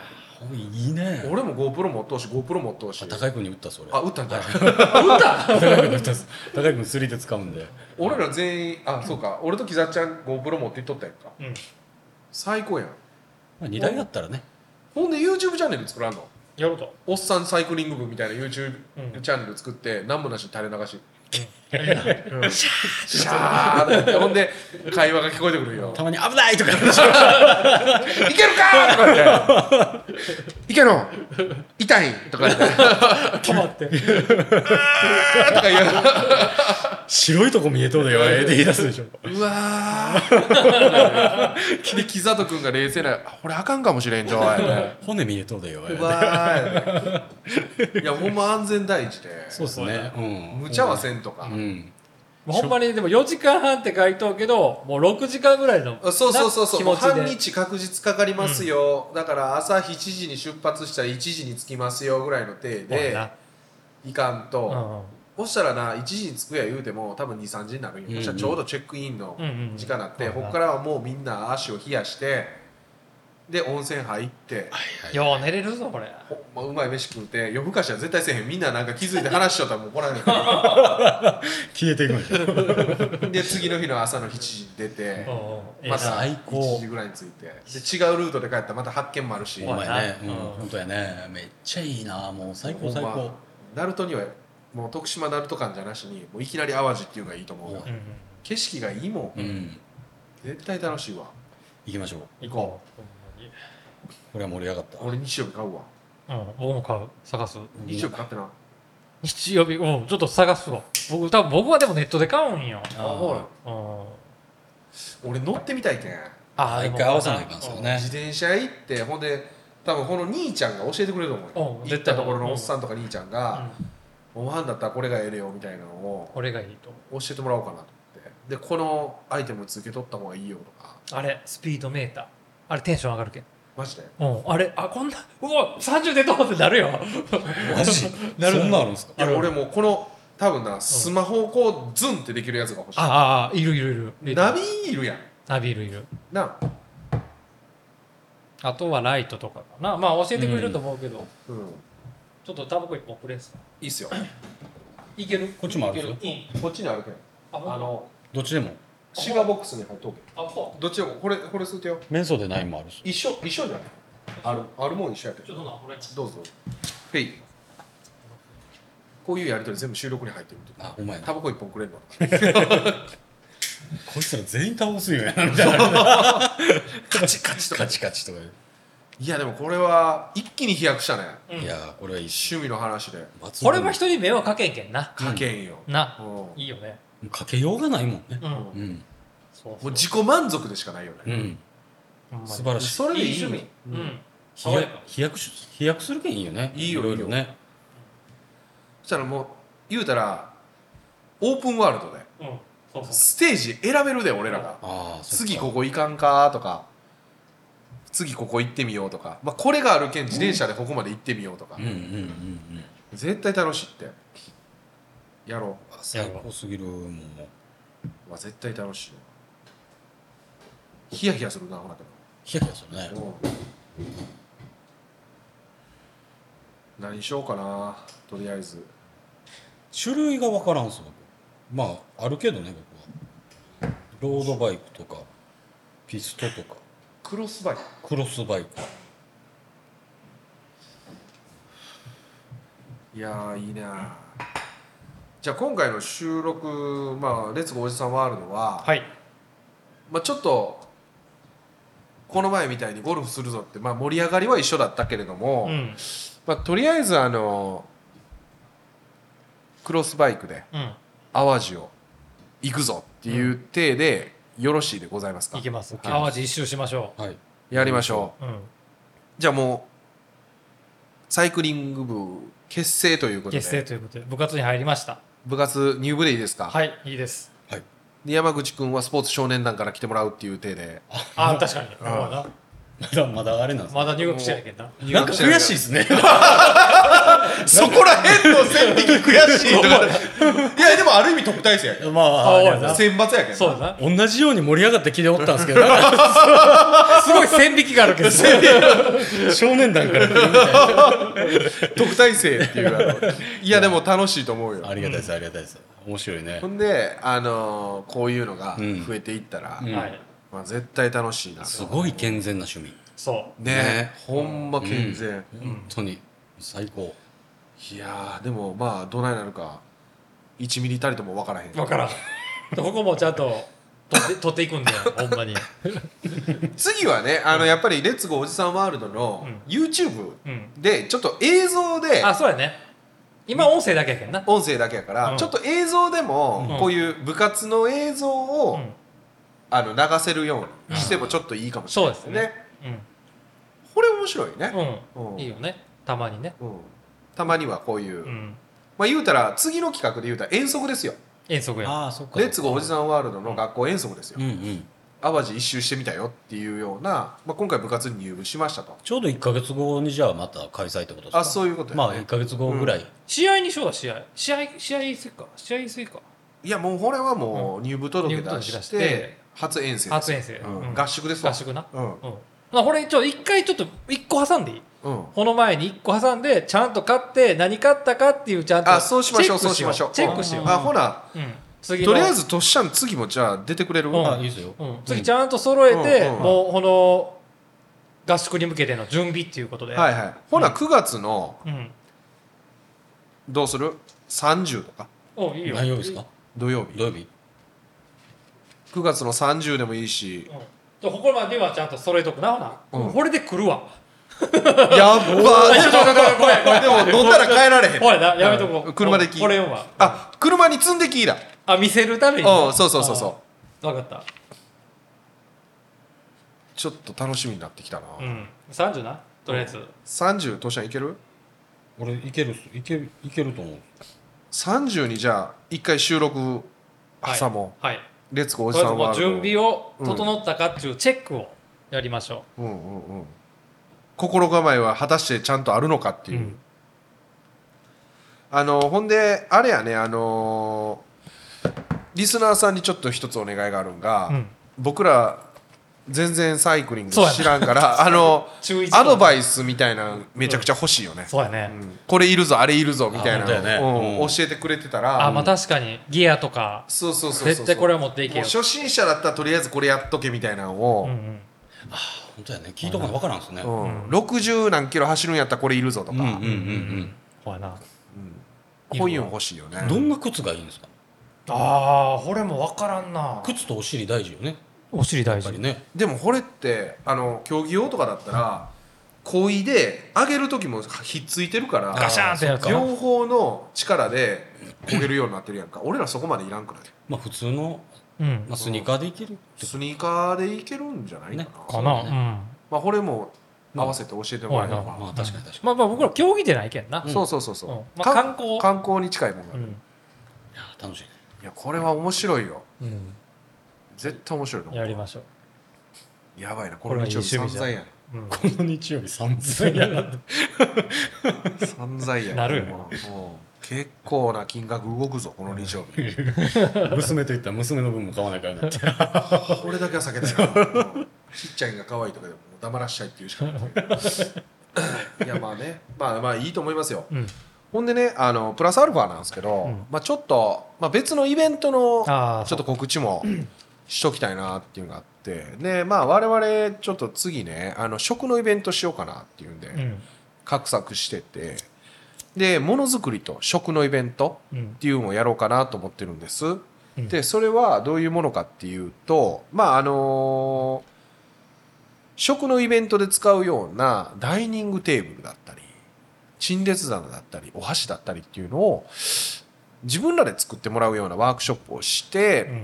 いいね。 俺も GoPro 持っとうし GoPro 持っとうし。 高井君に売ったそれ。 あ売ったんだ。売った。高井君に売った。高井君釣りで使うんで。 俺ら全員あそうか俺と木澤ちゃん GoPro 持っていっとったやんか。うん、最高やん。 まあにだいだったらね。 ほんで YouTube チャンネル作らんの？ やると。 おっさんサイクリング部みたいな YouTube チャンネル作って何もなしに垂れ流し。シャーってほんで会話が聞こえてくるよ。 たまに危ないとかいけるかとか言っていけの痛いとか言って止まってとか言う白いとこ見えとうだよえで言い出すでしょ。 うわーで木里君が冷静なこれあかんかもしれんじゃん骨見えとうだようわーいやほんま安全第一でそうですね、 うん、無茶はせんとか、 うんほんまにでもよじかんはんって書いとうけどもうろくじかんぐらいのそうそうそうそう半日確実かかりますよ、うん、だから朝しちじに出発したらいちじに着きますよぐらいの体でいかんと、うん、そしたらないちじに着くや言うても多分にさんじになるんよ、うんうん、そしたらちょうどチェックインの時間になって、うんうん、ここからはもうみんな足を冷やしてで温泉入って、はいはい、よう寝れるぞこれほんまうまい飯食うて夜更かしは絶対せえへんみんななんか気づいて話しちゃったらもう来ないの消えていくんでで次の日の朝のしちじに出てまたいちじぐらいに着いてで違うルートで帰ったらまた発見もあるしお前ね、うん、本当やねめっちゃいいなもう最高最高鳴門にはもう徳島鳴門間じゃなしにもういきなり淡路っていうのがいいと思う、うん、景色がいいもん、うん、絶対楽しいわ行きましょう行こうこれは盛り上がった俺日曜日買うわうん僕も買う探す日曜日買ってな日曜日うんちょっと探すわ僕多分僕はでもネットで買うんよあほら俺乗ってみたいけんあ一回合わさないかんすよね自転車行ってほんで多分この兄ちゃんが教えてくれると思うよ行ったところのおっさんとか兄ちゃんがおはんだったらこれがええでよみたいなのをこれがいいと教えてもらおうかなと思ってでこのアイテム続けとった方がいいよとかあれスピードメーターあれテンション上がるけんマジでうんあれあこんなうわさんじゅう出とうってなるよマジなるそんなあるんですかいや俺もうこの多分なスマホをこうズンってできるやつが欲しいああいるいるいるナビいるやんナビいるいるなあとはライトとかかなまあ教えてくれると思うけど、うんうん、ちょっとタバコ一本くれんすかいいっすよいけるこっちもあるんですよこっちにあるけんあのどっちでもシガーボックスに入っとけあそうどっちでもこれこれ吸うてよメンソーでないもあるし一緒一緒じゃないあるあるもん一緒やけどちょっとなこれどうぞへいこういうやり取り全部収録に入ってるあお前タバコ一本くれんのこいつら全員タバコ吸うよやみたいなカチカチとかカチカチとかいやでもこれは一気に飛躍したね、 うん、いやこれはいい趣味の話でこれは人に迷惑かけんけんなかけんよ、 うん、な、うん、いいよねかけようがないもんね、うんうん、 そうそうもう自己満足でしかないよね、 うん、素晴らしいそれでいい趣味、 うん、飛躍飛躍飛躍するけんいいよねいいよいろいろねそしたらもう言うたらオープンワールドで、うん、そうそうステージ選べるで俺らがあ次ここ行かんかとか次ここ行ってみようとか、まあ、これがあるけん自転車でここまで行ってみようとか、うんうんうんうん、絶対楽しいってやろう最高すぎるもんわ絶対楽しいヒヤヒヤするなほらけどヒヤヒヤするね、 うん、何しようかなとりあえず種類が分からんすよまああるけどね僕はロードバイクとかピストとかクロスバイククロスバイクいやーいいなじゃあ今回の収録まあレッツゴーおじさんワールドは、はいまあ、ちょっとこの前みたいにゴルフするぞって、まあ、盛り上がりは一緒だったけれども、うんまあ、とりあえずあのクロスバイクで淡路を行くぞっていう体でよろしいでございますか。 行きます。淡路一周しましょう、はい、 やりましょう、うん、じゃあもうサイクリング部結成ということで結成ということで部活に入りました。 部活入部でいいですか。 はいいいです、 はい、で山口君はスポーツ少年団から来てもらうっていう体でああ確かにまだまだまだあれなんですまだ入学してないけどななんか悔しいですねそこら辺の線引き悔しいとかいやでもある意味特待生やけどまああ選抜やけどそうだ同じように盛り上がって聞いておったんですけどすごい線引きがあるけど少年団から来るみたいな特待生っていうあのいやでも楽しいと思うよありがたいですありがたいです面白いねほんであのー、こういうのが増えていったら、うんうんまあ、絶対楽しいなすごい健全な趣味そうねねほんま健全、うん、 本当に最高いやでもまあどないなるかいちミリたりとも分からへん分からんここもちゃんと取って取っていくんでほんまに次はねあのやっぱりレッツゴーおじさんワールドの YouTube でちょっと映像で、 うん、あそうやね今音声だけやけんな音声だけやから、うん、ちょっと映像でもこういう部活の映像を、うん、あの流せるようにしてもちょっといいかもしれないですね、うん、そうですね、うん、これ面白いね、 うんうん、いいよねたまにね、 うん、たまにはこういう、うんまあ、言うたら次の企画で言うたら遠足ですよ遠足やあそっかレッツゴーおじさんワールドの学校遠足ですよ、うんうん淡路一周してみたよっていうような、まあ、今回部活に入部しましたとちょうどいっかげつごにじゃあまた開催ってことですかあそういうことや、 ね、まあいっかげつごぐらい、うん、 試合にしようだ試合試合試合するか試合するかいやもうこれはもう入部届出して、うん、初遠征初遠征、 うん、合宿ですわ合宿なうん、うんまあ、これちょ一回ちょっと一個挟んでいい、うん、この前に一個挟んでちゃんと勝って何勝ったかっていうちゃんとあそうしましょうそうしましょうチェックしようあほな、うん次とりあえずトッシャン次もじゃあ出てくれる、 うん、 あいいですよ、うん、次ちゃんと揃えて、うんうん、もうこの合宿に向けての準備っていうことではいはいほなくがつの、うん、どうするさんじゅうとかおいいよ何曜日ですか土曜日土曜日くがつのさんじゅうでもいいし、 うん、ここまではちゃんと揃えとくなほな、うん、これで来るわやっばでも乗ったら帰られへんほらなやめとこう車できこれはあ車に積んできいだあ見せるためにうんそうそうそうそう分かったちょっと楽しみになってきたな、 うん、さんじゅうなとりあえず、うん、 さんじゅうトシャンいける俺いけるいけるいけると思うさんじゅうにじゃあ一回収録挟もう、 はい、はい、 レッツゴーおじさんワールド準備を整ったかっていうチェックをやりましょう、うんうんうん心構えは果たしてちゃんとあるのかっていう、うん、あのほんであれやねあのリスナーさんにちょっと一つお願いがあるんが、うん、僕ら全然サイクリング知らんからあのアドバイスみたいなめちゃくちゃ欲しいよね、うん、 そうやね、 うん、これいるぞあれいるぞみたいなの、ねうん、教えてくれてたらあ、まあ、確かにギアとかそうそうそうそう絶対これを持っていけよ初心者だったらとりあえずこれやっとけみたいなのを、うんうん、 あ本当やね聞いとか分からんですね、 うん、ろくじゅう何キロ走るんやったらこれいるぞとか、うんうんうんうん、 ほらな、うん、 こういうの欲しいよね。 どんな靴がいいんですか。 ああこれも分からんな。 靴とお尻大事よね。 お尻大事ね。でもこれってあの競技用とかだったら漕いで上げる時もひっついてるからガシャンってやつ両方の力で漕げるようになってるやんか。俺らそこまでいらんくない。 まあ普通の、うんまあ、スニーカーでいける、 うん、スニーカーでいけるんじゃないかな、ね、 かな、ねうんまあ、これも合わせて教えてもらえれば、まあ、 まあ確かに確かに、 まあ、まあ僕ら競技でないけんな、 うん、そうそうそうそう、うんまあ、観光観光に近いもの、うん、いや楽しい、ね、 いやこれは面白いよ、うん、絶対面白いと思う。 やりましょう。やばいなこの日曜日散々やね、 うん、この日曜日散々やな散々やなるよもう結構な金額動くぞこの日曜日娘といったら娘の分も買わないからなってこれだけは避けてよちっちゃいが可愛いとかでも黙らしちゃいっていうしかないいやまあねまあまあいいと思いますよ、うん、ほんでねあのプラスアルファなんですけど、うんまあ、ちょっと、まあ、別のイベントのちょっと告知もしときたいなっていうのがあってでまあ我々ちょっと次ねあの食のイベントしようかなっていうんで、うん、画策しててでものづくりと食のイベントっていうのをやろうかなと思ってるんです、うん、でそれはどういうものかっていうとまああのー、食のイベントで使うようなダイニングテーブルだったり陳列棚だったりお箸だったりっていうのを自分らで作ってもらうようなワークショップをして、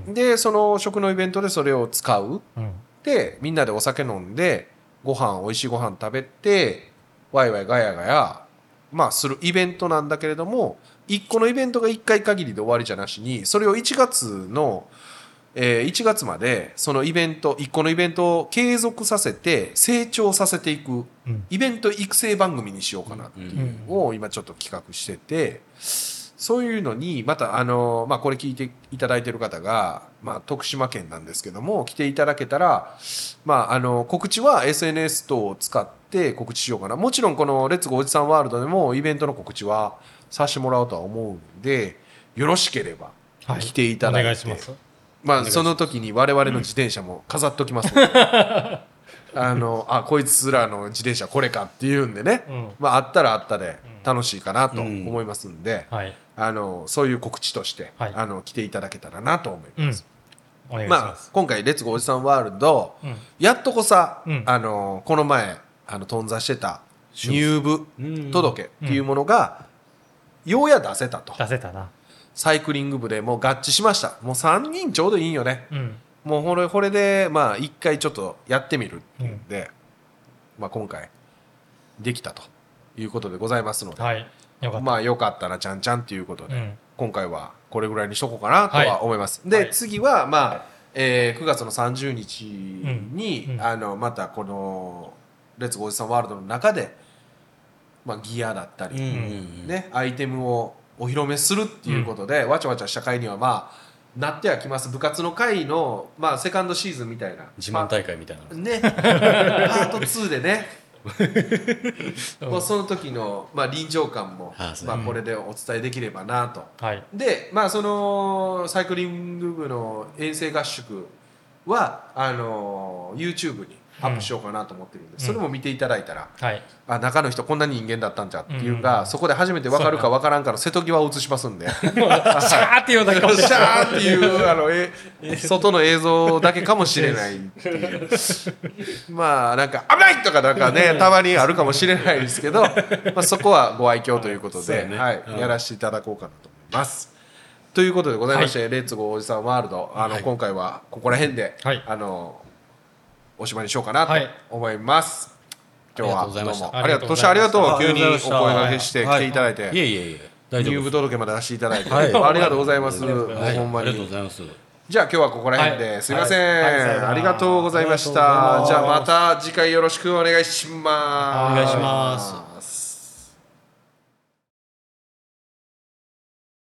うん、でその食のイベントでそれを使う、うん、でみんなでお酒飲んでご飯おいしいご飯食べてワイワイガヤガヤまあするイベントなんだけれどもいっこのイベントがいっかい限りで終わりじゃなしにそれをいちがつのえー、いちがつまでそのイベントいっこのイベントを継続させて成長させていくイベント育成番組にしようかなっていうのを今ちょっと企画してて、そういうのにまたあの、まあ、これ聞いていただいている方が、まあ、徳島県なんですけども来ていただけたら、まあ、あの告知は エスエヌエス 等を使って告知しようかな。もちろんこのレッツゴーおじさんワールドでもイベントの告知はさせてもらおうとは思うんで、よろしければ来ていただいて、はい、お願いします。まあ、その時に我々の自転車も飾っときますので、うん、あのあこいつらの自転車これかっていうんでね、うん、まあ、あったらあったで楽しいかなと思いますんで、うんはい、あのそういう告知として、はい、あの来ていただけたらなと思います。うん、お願いします。まあ、今回レッツゴーおじさんワールド、うん、やっとこさ、うん、あのこの前あの頓挫してた入部届っていうものが、うん、ようや出せたと。 出せたな。 サイクリング部でもう合致しました。もうさんにんちょうどいいんよね、うん、もうこれ、これでまあいっかいちょっとやってみるっていうんで、うん、まあ、今回できたということでございますので、はい、よかったまあよかったらちゃんちゃんっていうことで、うん、今回はこれぐらいにしとこうかなとは思います、はい、で、はい、次はまあ、えー、くがつのさんじゅうにちに、うんうん、あのまたこのレッツゴーおじさんワールドの中で、まあ、ギアだったり、うんうんうんね、アイテムをお披露目するっていうことで、うん、わちゃわちゃした会にはまあなってはきます。部活の会の、まあ、セカンドシーズンみたいな自慢大会みたいな、 まあ、ねパートツーでねもうその時の、まあ、臨場感も、まあ、これでお伝えできればなと、うん、で、まあ、そのサイクリング部の遠征合宿はあの YouTube にアップしようかなと思ってるんで、うん、それも見ていただいたら、うんはい、あ中の人こんな人間だったんじゃっていうか、うん、そこで初めて分かるか分からんかの瀬戸際を映しますんでシャーっていうだけかもしれないシャーっていうあのえ外の映像だけかもしれないっていうまあなんか危ないとかなんかねたまにあるかもしれないですけど、まあ、そこはご愛嬌ということで、ねはいうん、やらせていただこうかなと思います。ということでございまして、はい、レッツゴーおじさんワールドあの、はい、今回はここら辺で、はい、あのおしまいにしようかなと思います、はい、今日はどうもありがとう。年ありがとう。急にお声掛けして来ていただいて、はいはい、いえいえいえ入部届まで出していただいて、はい、ありがとうございます、はい、ほんまにありがとうございます。じゃあ今日はここら辺で、はい、すいません、はいはい、ありがとうございました。じゃあまた次回よろしくお願いします。 お願いします。